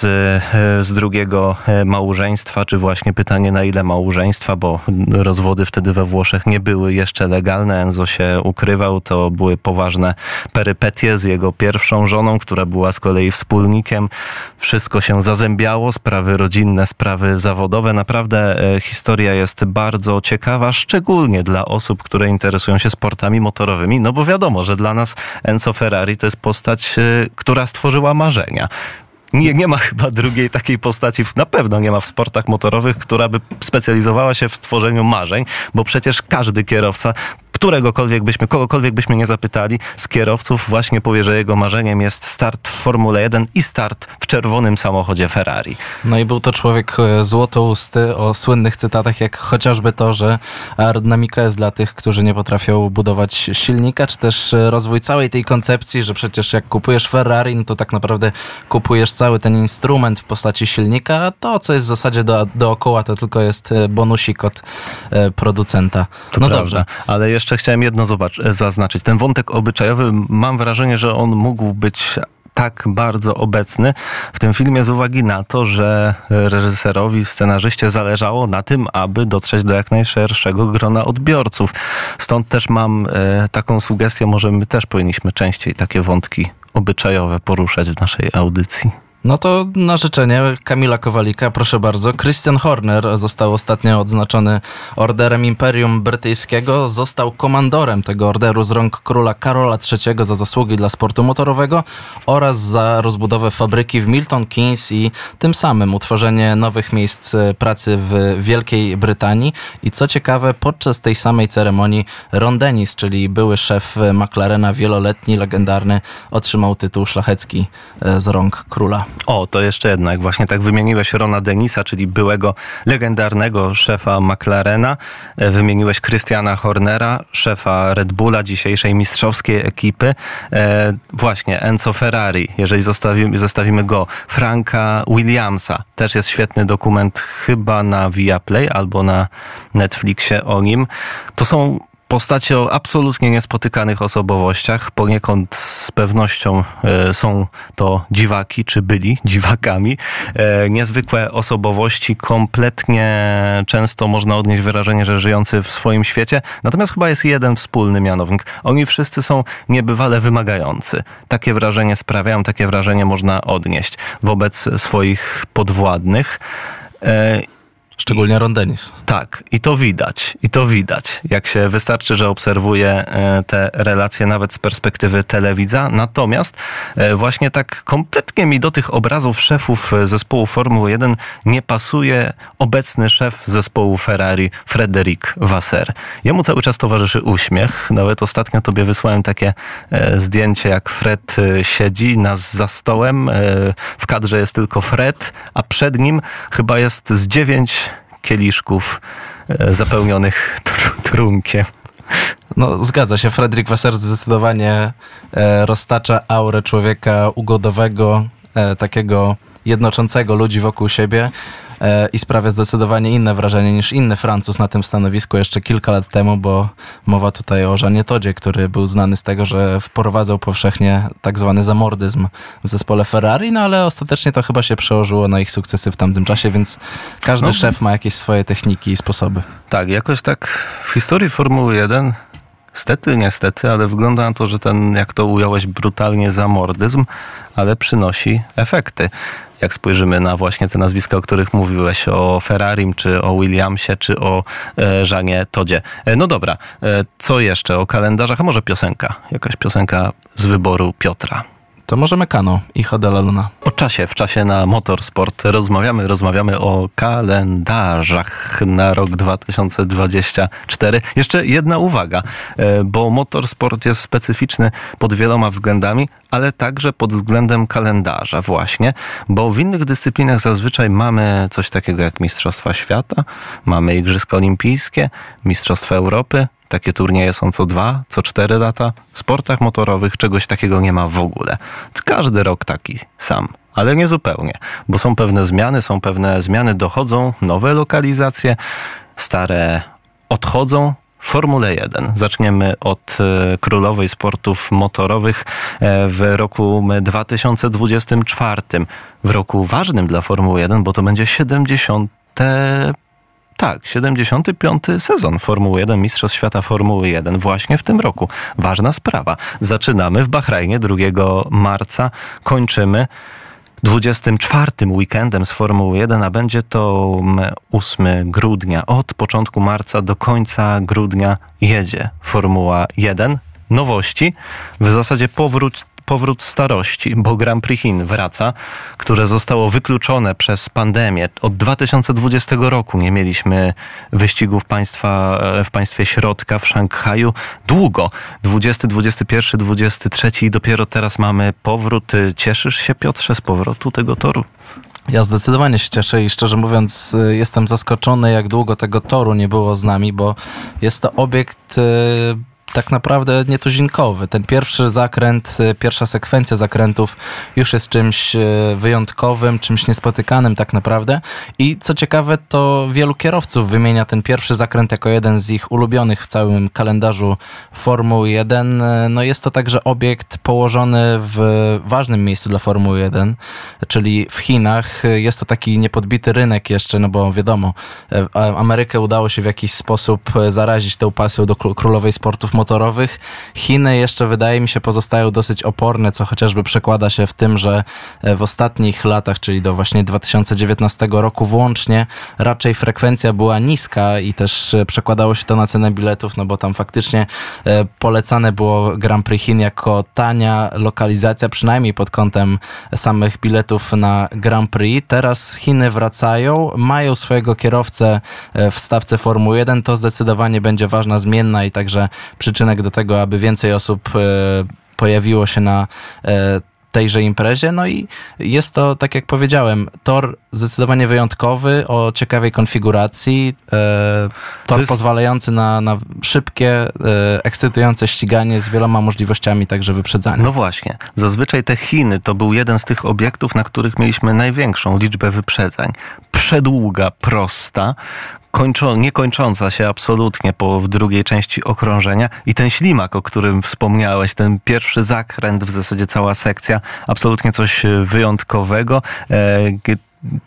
z drugiego małżeństwa, czy właśnie pytanie na ile małżeństwa, bo rozwody wtedy we Włoszech nie były jeszcze legalne. Enzo się ukrywał, to były poważne perypetie z jego pierwszą żoną, która była z kolei wspólnikiem. Wszystko się zazębiało, sprawy rodzinne, sprawy zawodowe. Naprawdę historia jest bardzo ciekawa, szczególnie dla osób, które interesują się sportami motorowymi, no bo wiadomo, że dla nas Enzo Ferrari to jest postać, która stworzyła marzenia. Nie, nie ma chyba drugiej takiej postaci, na pewno nie ma w sportach motorowych, która by specjalizowała się w stworzeniu marzeń, bo przecież każdy kierowca, któregokolwiek byśmy, kogokolwiek byśmy nie zapytali, z kierowców właśnie powie, że jego marzeniem jest start w Formule jeden i start w czerwonym samochodzie Ferrari. No i był to człowiek złotousty o słynnych cytatach, jak chociażby to, że aerodynamika jest dla tych, którzy nie potrafią budować silnika, czy też rozwój całej tej koncepcji, że przecież jak kupujesz Ferrari, no to tak naprawdę kupujesz cały ten instrument w postaci silnika, a to, co jest w zasadzie do, dookoła, to tylko jest bonusik od e, producenta. To no prawda, dobrze. Ale jeszcze chciałem jedno zobacz, zaznaczyć. Ten wątek obyczajowy, mam wrażenie, że on mógł być tak bardzo obecny w tym filmie z uwagi na to, że reżyserowi, scenarzyście zależało na tym, aby dotrzeć do jak najszerszego grona odbiorców. Stąd też mam e, taką sugestię, może my też powinniśmy częściej takie wątki obyczajowe poruszać w naszej audycji. No to na życzenie Kamila Kowalika, proszę bardzo. Christian Horner został ostatnio odznaczony Orderem Imperium Brytyjskiego. Został komandorem tego orderu z rąk króla Karola trzeciego za zasługi dla sportu motorowego oraz za rozbudowę fabryki w Milton Keynes i tym samym utworzenie nowych miejsc pracy w Wielkiej Brytanii. I co ciekawe, podczas tej samej ceremonii Ron Dennis, czyli były szef McLarena, wieloletni, legendarny, otrzymał tytuł szlachecki z rąk króla. O, to jeszcze jednak, właśnie tak wymieniłeś Rona Dennisa, czyli byłego legendarnego szefa McLarena, wymieniłeś Christiana Hornera, szefa Red Bulla, dzisiejszej mistrzowskiej ekipy, e, właśnie Enzo Ferrari, jeżeli zostawimy, zostawimy go, Franka Williamsa, też jest świetny dokument chyba na Viaplay albo na Netflixie o nim. To są postacie o absolutnie niespotykanych osobowościach. Poniekąd z pewnością e, są to dziwaki, czy byli dziwakami. E, niezwykłe osobowości, kompletnie często można odnieść wrażenie, że żyjący w swoim świecie. Natomiast chyba jest jeden wspólny mianownik. Oni wszyscy są niebywale wymagający. Takie wrażenie sprawiają, takie wrażenie można odnieść wobec swoich podwładnych. E, Szczególnie Ron Dennis. Tak, i to widać, i to widać, jak się wystarczy, że obserwuje te relacje nawet z perspektywy telewidza. Natomiast właśnie tak kompletnie mi do tych obrazów szefów zespołu Formuły jeden nie pasuje obecny szef zespołu Ferrari, Frédéric Vasseur. Jemu cały czas towarzyszy uśmiech. Nawet ostatnio tobie wysłałem takie zdjęcie, jak Fred siedzi nas za stołem. W kadrze jest tylko Fred, a przed nim chyba jest z dziewięć kieliszków zapełnionych tr- trunkiem. No zgadza się, Frédéric Vasseur zdecydowanie e, roztacza aurę człowieka ugodowego, e, takiego jednoczącego ludzi wokół siebie i sprawia zdecydowanie inne wrażenie niż inny Francuz na tym stanowisku jeszcze kilka lat temu, bo mowa tutaj o Jeanie Todzie, który był znany z tego, że wprowadzał powszechnie tak zwany zamordyzm w zespole Ferrari, no ale ostatecznie to chyba się przełożyło na ich sukcesy w tamtym czasie, więc każdy no, szef ma jakieś swoje techniki i sposoby. Tak, jakoś tak w historii Formuły jeden Stety, niestety, ale wygląda na to, że ten, jak to ująłeś, brutalnie zamordyzm, ale przynosi efekty. Jak spojrzymy na właśnie te nazwiska, o których mówiłeś, o Ferrarim, czy o Williamsie, czy o e, Jeanie Todzie. E, no dobra, e, co jeszcze o kalendarzach? A może piosenka? Jakaś piosenka z wyboru Piotra. To możemy Kano i Jode la Luna. O czasie, w czasie na Motorsport rozmawiamy, rozmawiamy o kalendarzach na rok dwa tysiące dwudziesty czwarty. Jeszcze jedna uwaga, bo motorsport jest specyficzny pod wieloma względami, ale także pod względem kalendarza właśnie, bo w innych dyscyplinach zazwyczaj mamy coś takiego jak Mistrzostwa Świata, mamy Igrzyska Olimpijskie, Mistrzostwa Europy. Takie turnieje są co dwa, co cztery lata. W sportach motorowych czegoś takiego nie ma w ogóle. Każdy rok taki sam, ale nie zupełnie, bo są pewne zmiany, są pewne zmiany, dochodzą, nowe lokalizacje, stare odchodzą. W Formule jeden. Zaczniemy od e, królowej sportów motorowych e, w roku dwa tysiące dwudziestym czwartym. W roku ważnym dla Formuły jeden, bo to będzie siedemdziesiąte Tak, siedemdziesiąty piąty sezon Formuły jeden, Mistrzostw Świata Formuły jeden właśnie w tym roku. Ważna sprawa. Zaczynamy w Bahrajnie drugiego marca, kończymy dwudziestym czwartym weekendem z Formuły jeden, a będzie to ósmego grudnia. Od początku marca do końca grudnia jedzie Formuła jeden. Nowości, w zasadzie powrót Powrót starości, bo Grand Prix Chin wraca, które zostało wykluczone przez pandemię. Od dwa tysiące dwudziestego roku nie mieliśmy wyścigów państwa, w państwie środka, w Szanghaju. Długo. dwudziesty, dwudziesty pierwszy, dwudziesty trzeci i dopiero teraz mamy powrót. Cieszysz się, Piotrze, z powrotu tego toru? Ja zdecydowanie się cieszę i szczerze mówiąc jestem zaskoczony, jak długo tego toru nie było z nami, bo jest to obiekt tak naprawdę nietuzinkowy. Ten pierwszy zakręt, pierwsza sekwencja zakrętów już jest czymś wyjątkowym, czymś niespotykanym tak naprawdę. I co ciekawe, to wielu kierowców wymienia ten pierwszy zakręt jako jeden z ich ulubionych w całym kalendarzu Formuły jeden. No jest to także obiekt położony w ważnym miejscu dla Formuły jeden, czyli w Chinach. Jest to taki niepodbity rynek jeszcze, no bo wiadomo, Amerykę udało się w jakiś sposób zarazić tą pasją do królowej sportów motorowych. motorowych. Chiny jeszcze, wydaje mi się, pozostają dosyć oporne, co chociażby przekłada się w tym, że w ostatnich latach, czyli do właśnie dwa tysiące dziewiętnastego roku włącznie, raczej frekwencja była niska i też przekładało się to na cenę biletów, no bo tam faktycznie polecane było Grand Prix Chin jako tania lokalizacja, przynajmniej pod kątem samych biletów na Grand Prix. Teraz Chiny wracają, mają swojego kierowcę w stawce Formuły jeden, to zdecydowanie będzie ważna zmienna i także przyczynek do tego, aby więcej osób pojawiło się na tejże imprezie. No i jest to, tak jak powiedziałem, tor zdecydowanie wyjątkowy, o ciekawej konfiguracji, e, tor jest... pozwalający na, na szybkie, e, ekscytujące ściganie z wieloma możliwościami także wyprzedzania. No właśnie. Zazwyczaj te Chiny to był jeden z tych obiektów, na których mieliśmy największą liczbę wyprzedzań. Przedługa, prosta, kończą, niekończąca się absolutnie po w drugiej części okrążenia i ten ślimak, o którym wspomniałeś, ten pierwszy zakręt, w zasadzie cała sekcja, absolutnie coś wyjątkowego. E,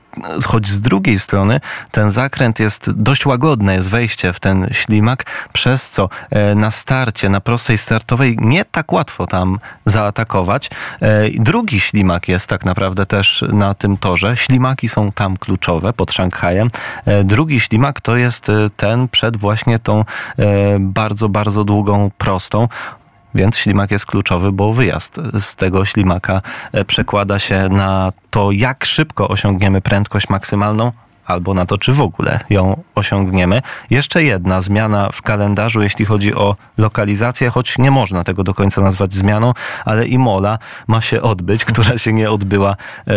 choć z drugiej strony ten zakręt jest dość łagodny, jest wejście w ten ślimak, przez co na starcie, na prostej startowej nie tak łatwo tam zaatakować. Drugi ślimak jest tak naprawdę też na tym torze. Ślimaki są tam kluczowe pod Szanghajem. Drugi ślimak to jest ten przed właśnie tą bardzo, bardzo długą prostą. Więc ślimak jest kluczowy, bo wyjazd z tego ślimaka przekłada się na to, jak szybko osiągniemy prędkość maksymalną, albo na to, czy w ogóle ją osiągniemy. Jeszcze jedna zmiana w kalendarzu, jeśli chodzi o lokalizację, choć nie można tego do końca nazwać zmianą, ale Imola ma się odbyć, która się nie odbyła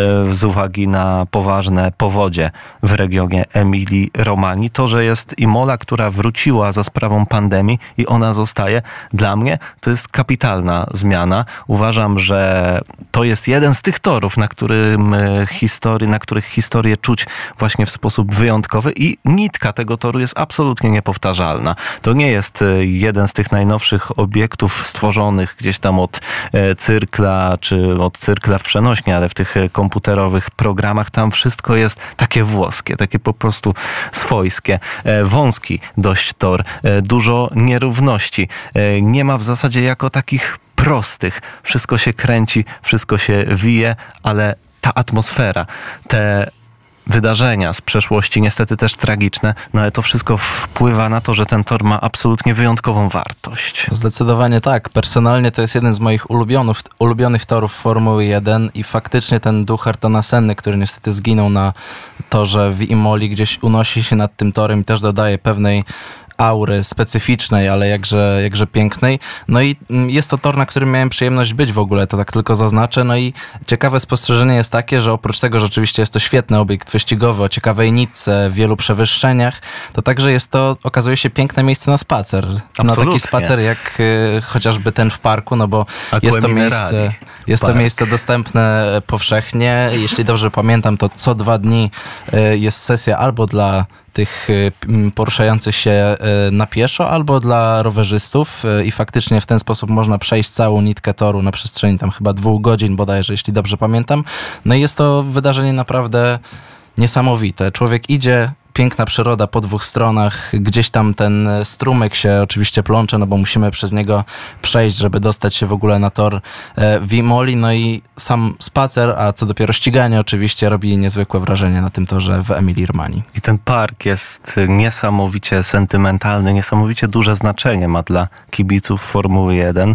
z uwagi na poważne powodzie w regionie Emilii-Romanii. To, że jest Imola, która wróciła za sprawą pandemii i ona zostaje, dla mnie to jest kapitalna zmiana. Uważam, że to jest jeden z tych torów, na, którym historii, na których historię czuć właśnie w sposób wyjątkowy i nitka tego toru jest absolutnie niepowtarzalna. To nie jest jeden z tych najnowszych obiektów stworzonych gdzieś tam od cyrkla, czy od cyrkla w przenośnie, ale w tych komputerowych programach tam wszystko jest takie włoskie, takie po prostu swojskie. Wąski dość tor, dużo nierówności. Nie ma w zasadzie jako takich prostych. Wszystko się kręci, wszystko się wije, ale ta atmosfera, te wydarzenia z przeszłości, niestety też tragiczne, no ale to wszystko wpływa na to, że ten tor ma absolutnie wyjątkową wartość. Zdecydowanie tak. Personalnie to jest jeden z moich ulubionych, ulubionych torów Formuły jeden i faktycznie ten duch Ayrtona Senny, który niestety zginął na torze w Imoli, gdzieś unosi się nad tym torem i też dodaje pewnej aury specyficznej, ale jakże, jakże pięknej. No i jest to tor, na którym miałem przyjemność być w ogóle, to tak tylko zaznaczę. No i ciekawe spostrzeżenie jest takie, że oprócz tego, że oczywiście jest to świetny obiekt wyścigowy o ciekawej nitce, wielu przewyższeniach, to także jest to, okazuje się, piękne miejsce na spacer. Absolutnie. Na taki spacer jak y, chociażby ten w parku, no bo Aqua jest to Minerali. miejsce, jest to miejsce dostępne powszechnie. Jeśli dobrze pamiętam, to co dwa dni y, jest sesja albo dla tych poruszających się na pieszo albo dla rowerzystów i faktycznie w ten sposób można przejść całą nitkę toru na przestrzeni tam chyba dwóch godzin bodajże, jeśli dobrze pamiętam. No i jest to wydarzenie naprawdę niesamowite. Człowiek idzie, piękna przyroda po dwóch stronach, gdzieś tam ten strumyk się oczywiście plącze, no bo musimy przez niego przejść, żeby dostać się w ogóle na tor w Imoli, no i sam spacer, a co dopiero ściganie oczywiście robi niezwykłe wrażenie na tym torze w Emilii-Romanii. I ten park jest niesamowicie sentymentalny, niesamowicie duże znaczenie ma dla kibiców Formuły jeden.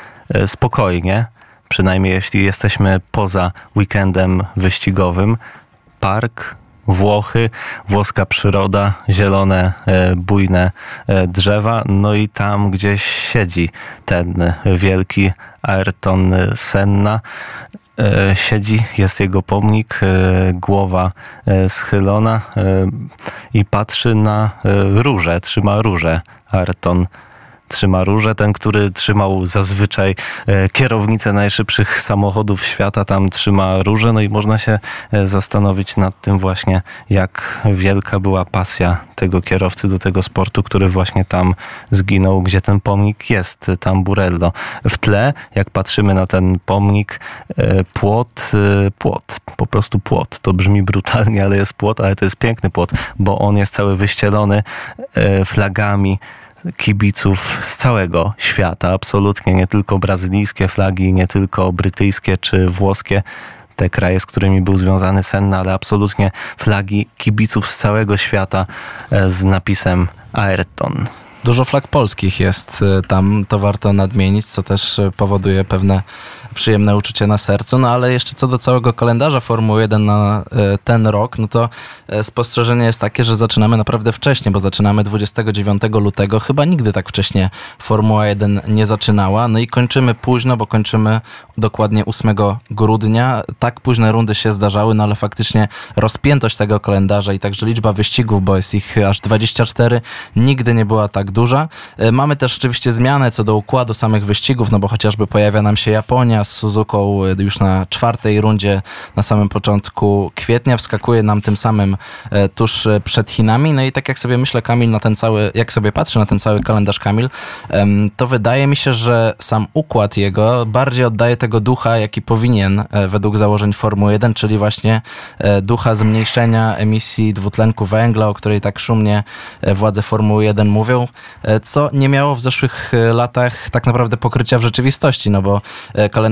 Spokojnie, przynajmniej jeśli jesteśmy poza weekendem wyścigowym, park, Włochy, włoska przyroda, zielone, bujne drzewa, no i tam gdzieś siedzi ten wielki Ayrton Senna. Siedzi, jest jego pomnik, głowa schylona i patrzy na różę, trzyma różę Ayrton. Trzyma różę, ten, który trzymał zazwyczaj e, kierownicę najszybszych samochodów świata, tam trzyma różę, no i można się e, zastanowić nad tym właśnie, jak wielka była pasja tego kierowcy do tego sportu, który właśnie tam zginął, gdzie ten pomnik jest, Tamburello. W tle, jak patrzymy na ten pomnik, e, płot, e, płot, po prostu płot. To brzmi brutalnie, ale jest płot, ale to jest piękny płot, bo on jest cały wyścielony e, flagami kibiców z całego świata, absolutnie, nie tylko brazylijskie flagi, nie tylko brytyjskie czy włoskie, te kraje, z którymi był związany Senna, ale absolutnie flagi kibiców z całego świata z napisem Ayrton. Dużo flag polskich jest tam, to warto nadmienić, co też powoduje pewne przyjemne uczucie na sercu, no ale jeszcze co do całego kalendarza Formuły jeden na ten rok, no to spostrzeżenie jest takie, że zaczynamy naprawdę wcześnie, bo zaczynamy dwudziestego dziewiątego lutego, chyba nigdy tak wcześnie Formuła jeden nie zaczynała, no i kończymy późno, bo kończymy dokładnie ósmego grudnia. Tak późne rundy się zdarzały, no ale faktycznie rozpiętość tego kalendarza i także liczba wyścigów, bo jest ich aż dwadzieścia cztery, nigdy nie była tak duża. Mamy też oczywiście zmianę co do układu samych wyścigów, no bo chociażby pojawia nam się Japonia z Suzuką już na czwartej rundzie na samym początku kwietnia, wskakuje nam tym samym tuż przed Chinami. No i tak jak sobie myślę, Kamil, na ten cały, jak sobie patrzę na ten cały kalendarz, Kamil, to wydaje mi się, że sam układ jego bardziej oddaje tego ducha, jaki powinien według założeń Formuły jeden, czyli właśnie ducha zmniejszenia emisji dwutlenku węgla, o której tak szumnie władze Formuły jeden mówią, co nie miało w zeszłych latach tak naprawdę pokrycia w rzeczywistości, no bo kalendarz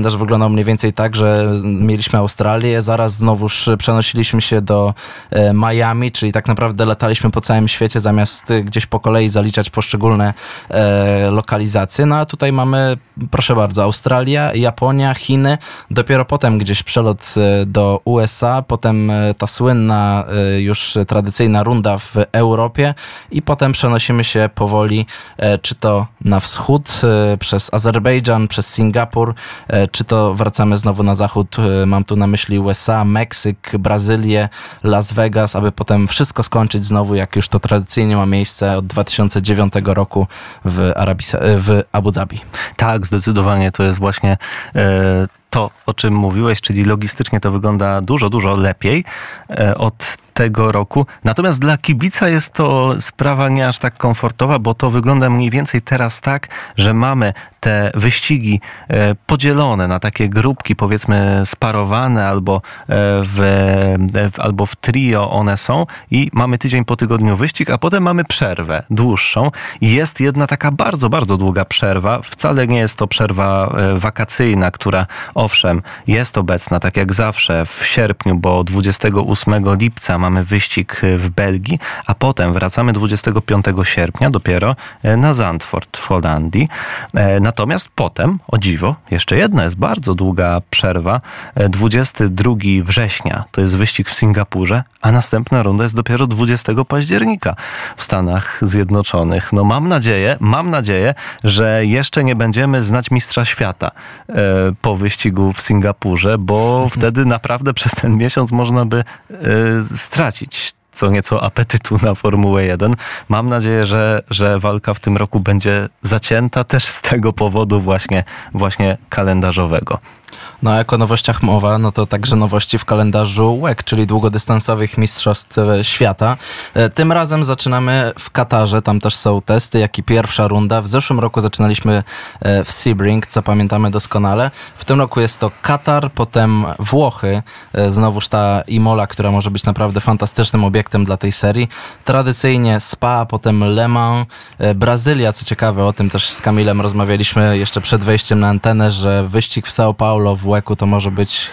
kalendarz wyglądał mniej więcej tak, że mieliśmy Australię, zaraz znowuż przenosiliśmy się do Miami, czyli tak naprawdę lataliśmy po całym świecie, zamiast gdzieś po kolei zaliczać poszczególne lokalizacje. No a tutaj mamy, proszę bardzo, Australia, Japonia, Chiny, dopiero potem gdzieś przelot do U S A, potem ta słynna już tradycyjna runda w Europie i potem przenosimy się powoli, czy to na wschód, przez Azerbejdżan, przez Singapur, czy to wracamy znowu na zachód, mam tu na myśli U S A, Meksyk, Brazylię, Las Vegas, aby potem wszystko skończyć znowu, jak już to tradycyjnie ma miejsce od dwa tysiące dziewiątego roku w, Arabii, w Abu Dhabi. Tak, zdecydowanie to jest właśnie e, to, o czym mówiłeś, czyli logistycznie to wygląda dużo, dużo lepiej e, od tego roku. Natomiast dla kibica jest to sprawa nie aż tak komfortowa, bo to wygląda mniej więcej teraz tak, że mamy te wyścigi e, podzielone na takie grupki, powiedzmy sparowane albo, e, w, w, albo w trio one są i mamy tydzień po tygodniu wyścig, a potem mamy przerwę dłuższą i jest jedna taka bardzo, bardzo długa przerwa. Wcale nie jest to przerwa e, wakacyjna, która owszem jest obecna, tak jak zawsze w sierpniu, bo dwudziestego ósmego lipca mamy wyścig w Belgii, a potem wracamy dwudziestego piątego sierpnia dopiero na Zandvoort w Holandii. Natomiast potem, o dziwo, jeszcze jedna jest bardzo długa przerwa. dwudziestego drugiego września to jest wyścig w Singapurze, a następna runda jest dopiero dwudziestego października w Stanach Zjednoczonych. No mam nadzieję, mam nadzieję, że jeszcze nie będziemy znać mistrza świata po wyścigu w Singapurze, bo wtedy naprawdę przez ten miesiąc można by stracić co nieco apetytu na Formułę jeden. Mam nadzieję, że, że walka w tym roku będzie zacięta też z tego powodu właśnie, właśnie kalendarzowego. No a jak o nowościach mowa, no to także nowości w kalendarzu W E C, czyli długodystansowych mistrzostw świata. Tym razem zaczynamy w Katarze, tam też są testy, jak i pierwsza runda. W zeszłym roku zaczynaliśmy w Sebring, co pamiętamy doskonale. W tym roku jest to Katar, potem Włochy, znowuż ta Imola, która może być naprawdę fantastycznym obiektem dla tej serii. Tradycyjnie Spa, potem Le Mans, Brazylia, co ciekawe, o tym też z Kamilem rozmawialiśmy jeszcze przed wejściem na antenę, że wyścig w São Paulo w W E C-u to może być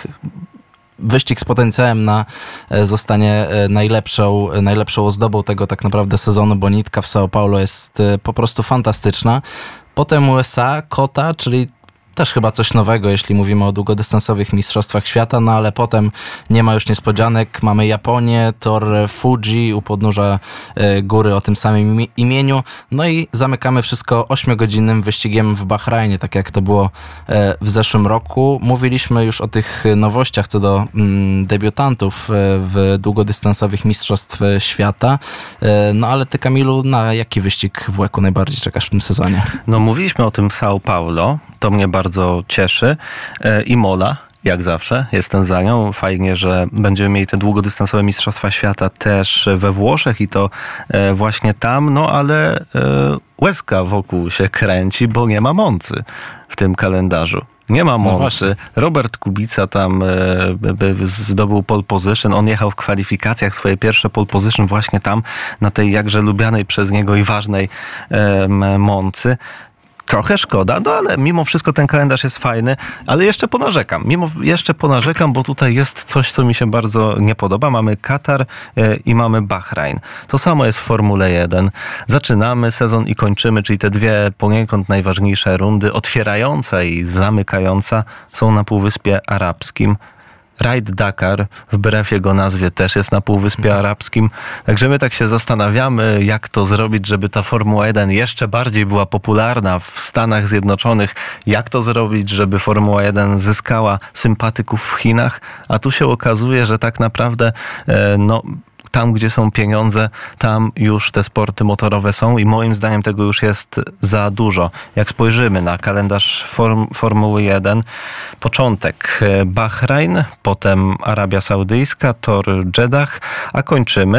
wyścig z potencjałem na zostanie najlepszą, najlepszą ozdobą tego tak naprawdę sezonu, bo nitka w São Paulo jest po prostu fantastyczna. Potem U S A, Kota, czyli też chyba coś nowego, jeśli mówimy o długodystansowych mistrzostwach świata, no ale potem nie ma już niespodzianek. Mamy Japonię, tor Fuji u podnóża góry o tym samym imieniu. No i zamykamy wszystko ośmiogodzinnym wyścigiem w Bahrajnie, tak jak to było w zeszłym roku. Mówiliśmy już o tych nowościach co do mm, debiutantów w długodystansowych mistrzostw świata. No ale ty, Kamilu, na jaki wyścig w W E C-u najbardziej czekasz w tym sezonie? No mówiliśmy o tym São Paulo. To mnie bardzo cieszy. Imola, jak zawsze, jestem za nią. Fajnie, że będziemy mieli te długodystansowe mistrzostwa świata też we Włoszech i to właśnie tam, no ale łezka wokół się kręci, bo nie ma Moncy w tym kalendarzu. Nie ma Moncy. No Robert Kubica tam e, zdobył pole position. On jechał w kwalifikacjach swoje pierwsze pole position właśnie tam, na tej jakże lubianej przez niego i ważnej e, Moncy. Trochę szkoda, no ale mimo wszystko ten kalendarz jest fajny, ale jeszcze ponarzekam. Mimo jeszcze ponarzekam, bo tutaj jest coś, co mi się bardzo nie podoba. Mamy Katar e, i mamy Bahrajn. To samo jest w Formule jeden. Zaczynamy sezon i kończymy, czyli te dwie poniekąd najważniejsze rundy, otwierająca i zamykająca, są na Półwyspie Arabskim. Raid Dakar, wbrew jego nazwie, też jest na Półwyspie Arabskim. Także my tak się zastanawiamy, jak to zrobić, żeby ta Formuła jeden jeszcze bardziej była popularna w Stanach Zjednoczonych. Jak to zrobić, żeby Formuła jeden zyskała sympatyków w Chinach. A tu się okazuje, że tak naprawdę no... tam, gdzie są pieniądze, tam już te sporty motorowe są i moim zdaniem tego już jest za dużo. Jak spojrzymy na kalendarz Form, Formuły jeden, początek Bahrajn, potem Arabia Saudyjska, tor Jeddah, a kończymy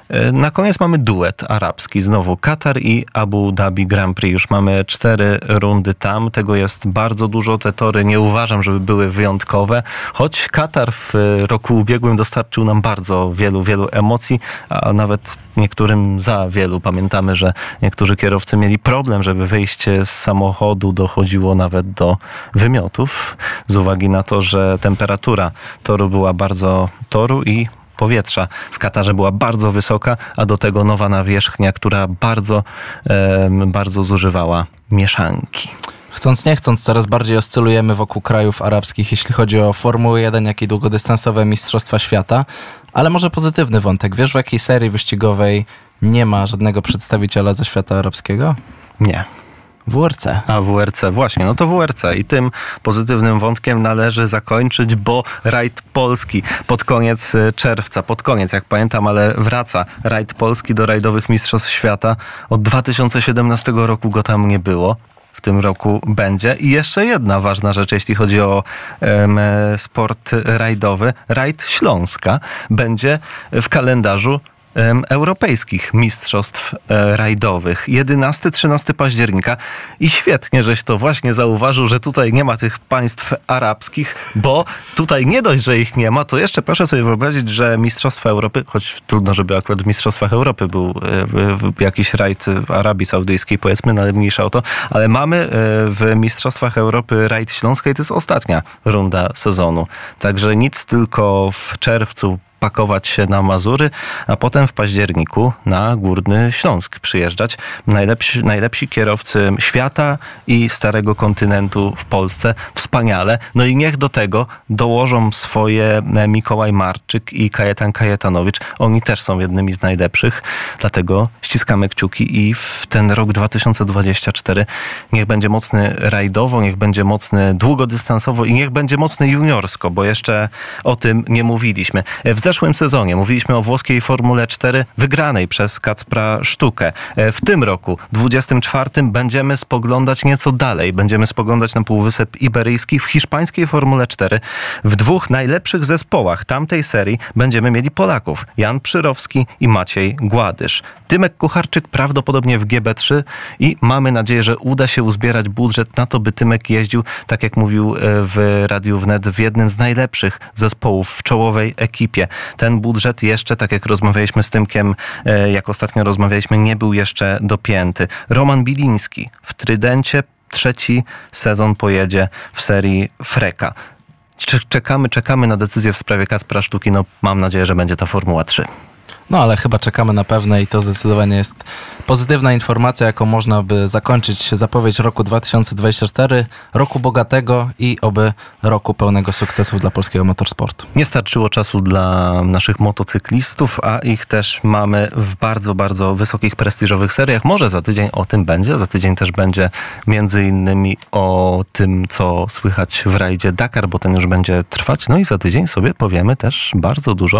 Na koniec mamy duet arabski. Znowu Katar i Abu Dhabi Grand Prix. Już mamy cztery rundy tam. Tego jest bardzo dużo. Te tory nie uważam, żeby były wyjątkowe. Choć Katar w roku ubiegłym dostarczył nam bardzo wielu, wielu emocji, a nawet niektórym za wielu. Pamiętamy, że niektórzy kierowcy mieli problem, żeby wyjść z samochodu. Dochodziło nawet do wymiotów z uwagi na to, że temperatura toru była bardzo toru i powietrza w Katarze była bardzo wysoka, a do tego nowa nawierzchnia, która bardzo, e, bardzo zużywała mieszanki. Chcąc nie chcąc, coraz bardziej oscylujemy wokół krajów arabskich, jeśli chodzi o Formułę jeden, jak i długodystansowe Mistrzostwa Świata. Ale może pozytywny wątek. Wiesz, w jakiej serii wyścigowej nie ma żadnego przedstawiciela ze świata arabskiego? Nie. W R C. A W R C, właśnie, no to W R C i tym pozytywnym wątkiem należy zakończyć, bo rajd polski pod koniec czerwca, pod koniec, jak pamiętam, ale wraca rajd polski do rajdowych Mistrzostw Świata. Od dwa tysiące siedemnastego roku go tam nie było. W tym roku będzie. I jeszcze jedna ważna rzecz, jeśli chodzi o um, sport rajdowy. Rajd Śląska będzie w kalendarzu europejskich mistrzostw e, rajdowych. jedenastego trzynastego października. I świetnie, żeś to właśnie zauważył, że tutaj nie ma tych państw arabskich, bo tutaj nie dość, że ich nie ma, to jeszcze proszę sobie wyobrazić, że Mistrzostwa Europy, choć trudno, żeby akurat w Mistrzostwach Europy był e, jakiś rajd Arabii Saudyjskiej, powiedzmy, no ale mniejsza o to, ale mamy e, w Mistrzostwach Europy rajd Śląska i to jest ostatnia runda sezonu. Także nic, tylko w czerwcu pakować się na Mazury, a potem w październiku na Górny Śląsk przyjeżdżać. Najlepsi, najlepsi kierowcy świata i starego kontynentu w Polsce. Wspaniale. No i niech do tego dołożą swoje Mikołaj Marczyk i Kajetan Kajetanowicz. Oni też są jednymi z najlepszych. Dlatego ściskamy kciuki i w ten rok dwa tysiące dwudziesty czwarty niech będzie mocny rajdowo, niech będzie mocny długodystansowo i niech będzie mocny juniorsko, bo jeszcze o tym nie mówiliśmy. W zeszłym sezonie mówiliśmy o włoskiej Formule cztery wygranej przez Kacpra Sztukę. W tym roku, dwudziestym czwartym, będziemy spoglądać nieco dalej. Będziemy spoglądać na Półwysep Iberyjski w hiszpańskiej Formule cztery. W dwóch najlepszych zespołach tamtej serii będziemy mieli Polaków. Jan Przyrowski i Maciej Gładysz. Tymek Kucharczyk prawdopodobnie w G B trzy i mamy nadzieję, że uda się uzbierać budżet na to, by Tymek jeździł, tak jak mówił w Radiu Wnet, w jednym z najlepszych zespołów w czołowej ekipie. Ten budżet jeszcze, tak jak rozmawialiśmy z Tymkiem, jak ostatnio rozmawialiśmy, nie był jeszcze dopięty. Roman Biliński w Trydencie trzeci sezon pojedzie w serii Freka. Czekamy, czekamy na decyzję w sprawie Kacpra Sztuki. No, mam nadzieję, że będzie ta Formuła trzy. No ale chyba czekamy na pewne i to zdecydowanie jest pozytywna informacja, jaką można by zakończyć zapowiedź roku dwa tysiące dwudziestego czwartego, roku bogatego i oby roku pełnego sukcesów dla polskiego motorsportu. Nie starczyło czasu dla naszych motocyklistów, a ich też mamy w bardzo, bardzo wysokich, prestiżowych seriach. Może za tydzień o tym będzie. Za tydzień też będzie między innymi o tym, co słychać w rajdzie Dakar, bo ten już będzie trwać. No i za tydzień sobie powiemy też bardzo dużo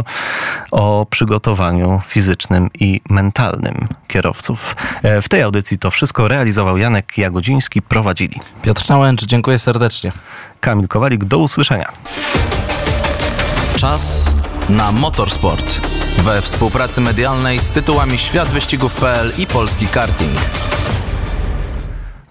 o przygotowaniu fizycznym i mentalnym kierowców. W tej audycji to wszystko realizował Janek Jagodziński, prowadzili Piotr Nałęcz, dziękuję serdecznie. Kamil Kowalik, do usłyszenia. Czas na motorsport. We współpracy medialnej z tytułami Świat Wyścigów kropka pe el i Polski Karting.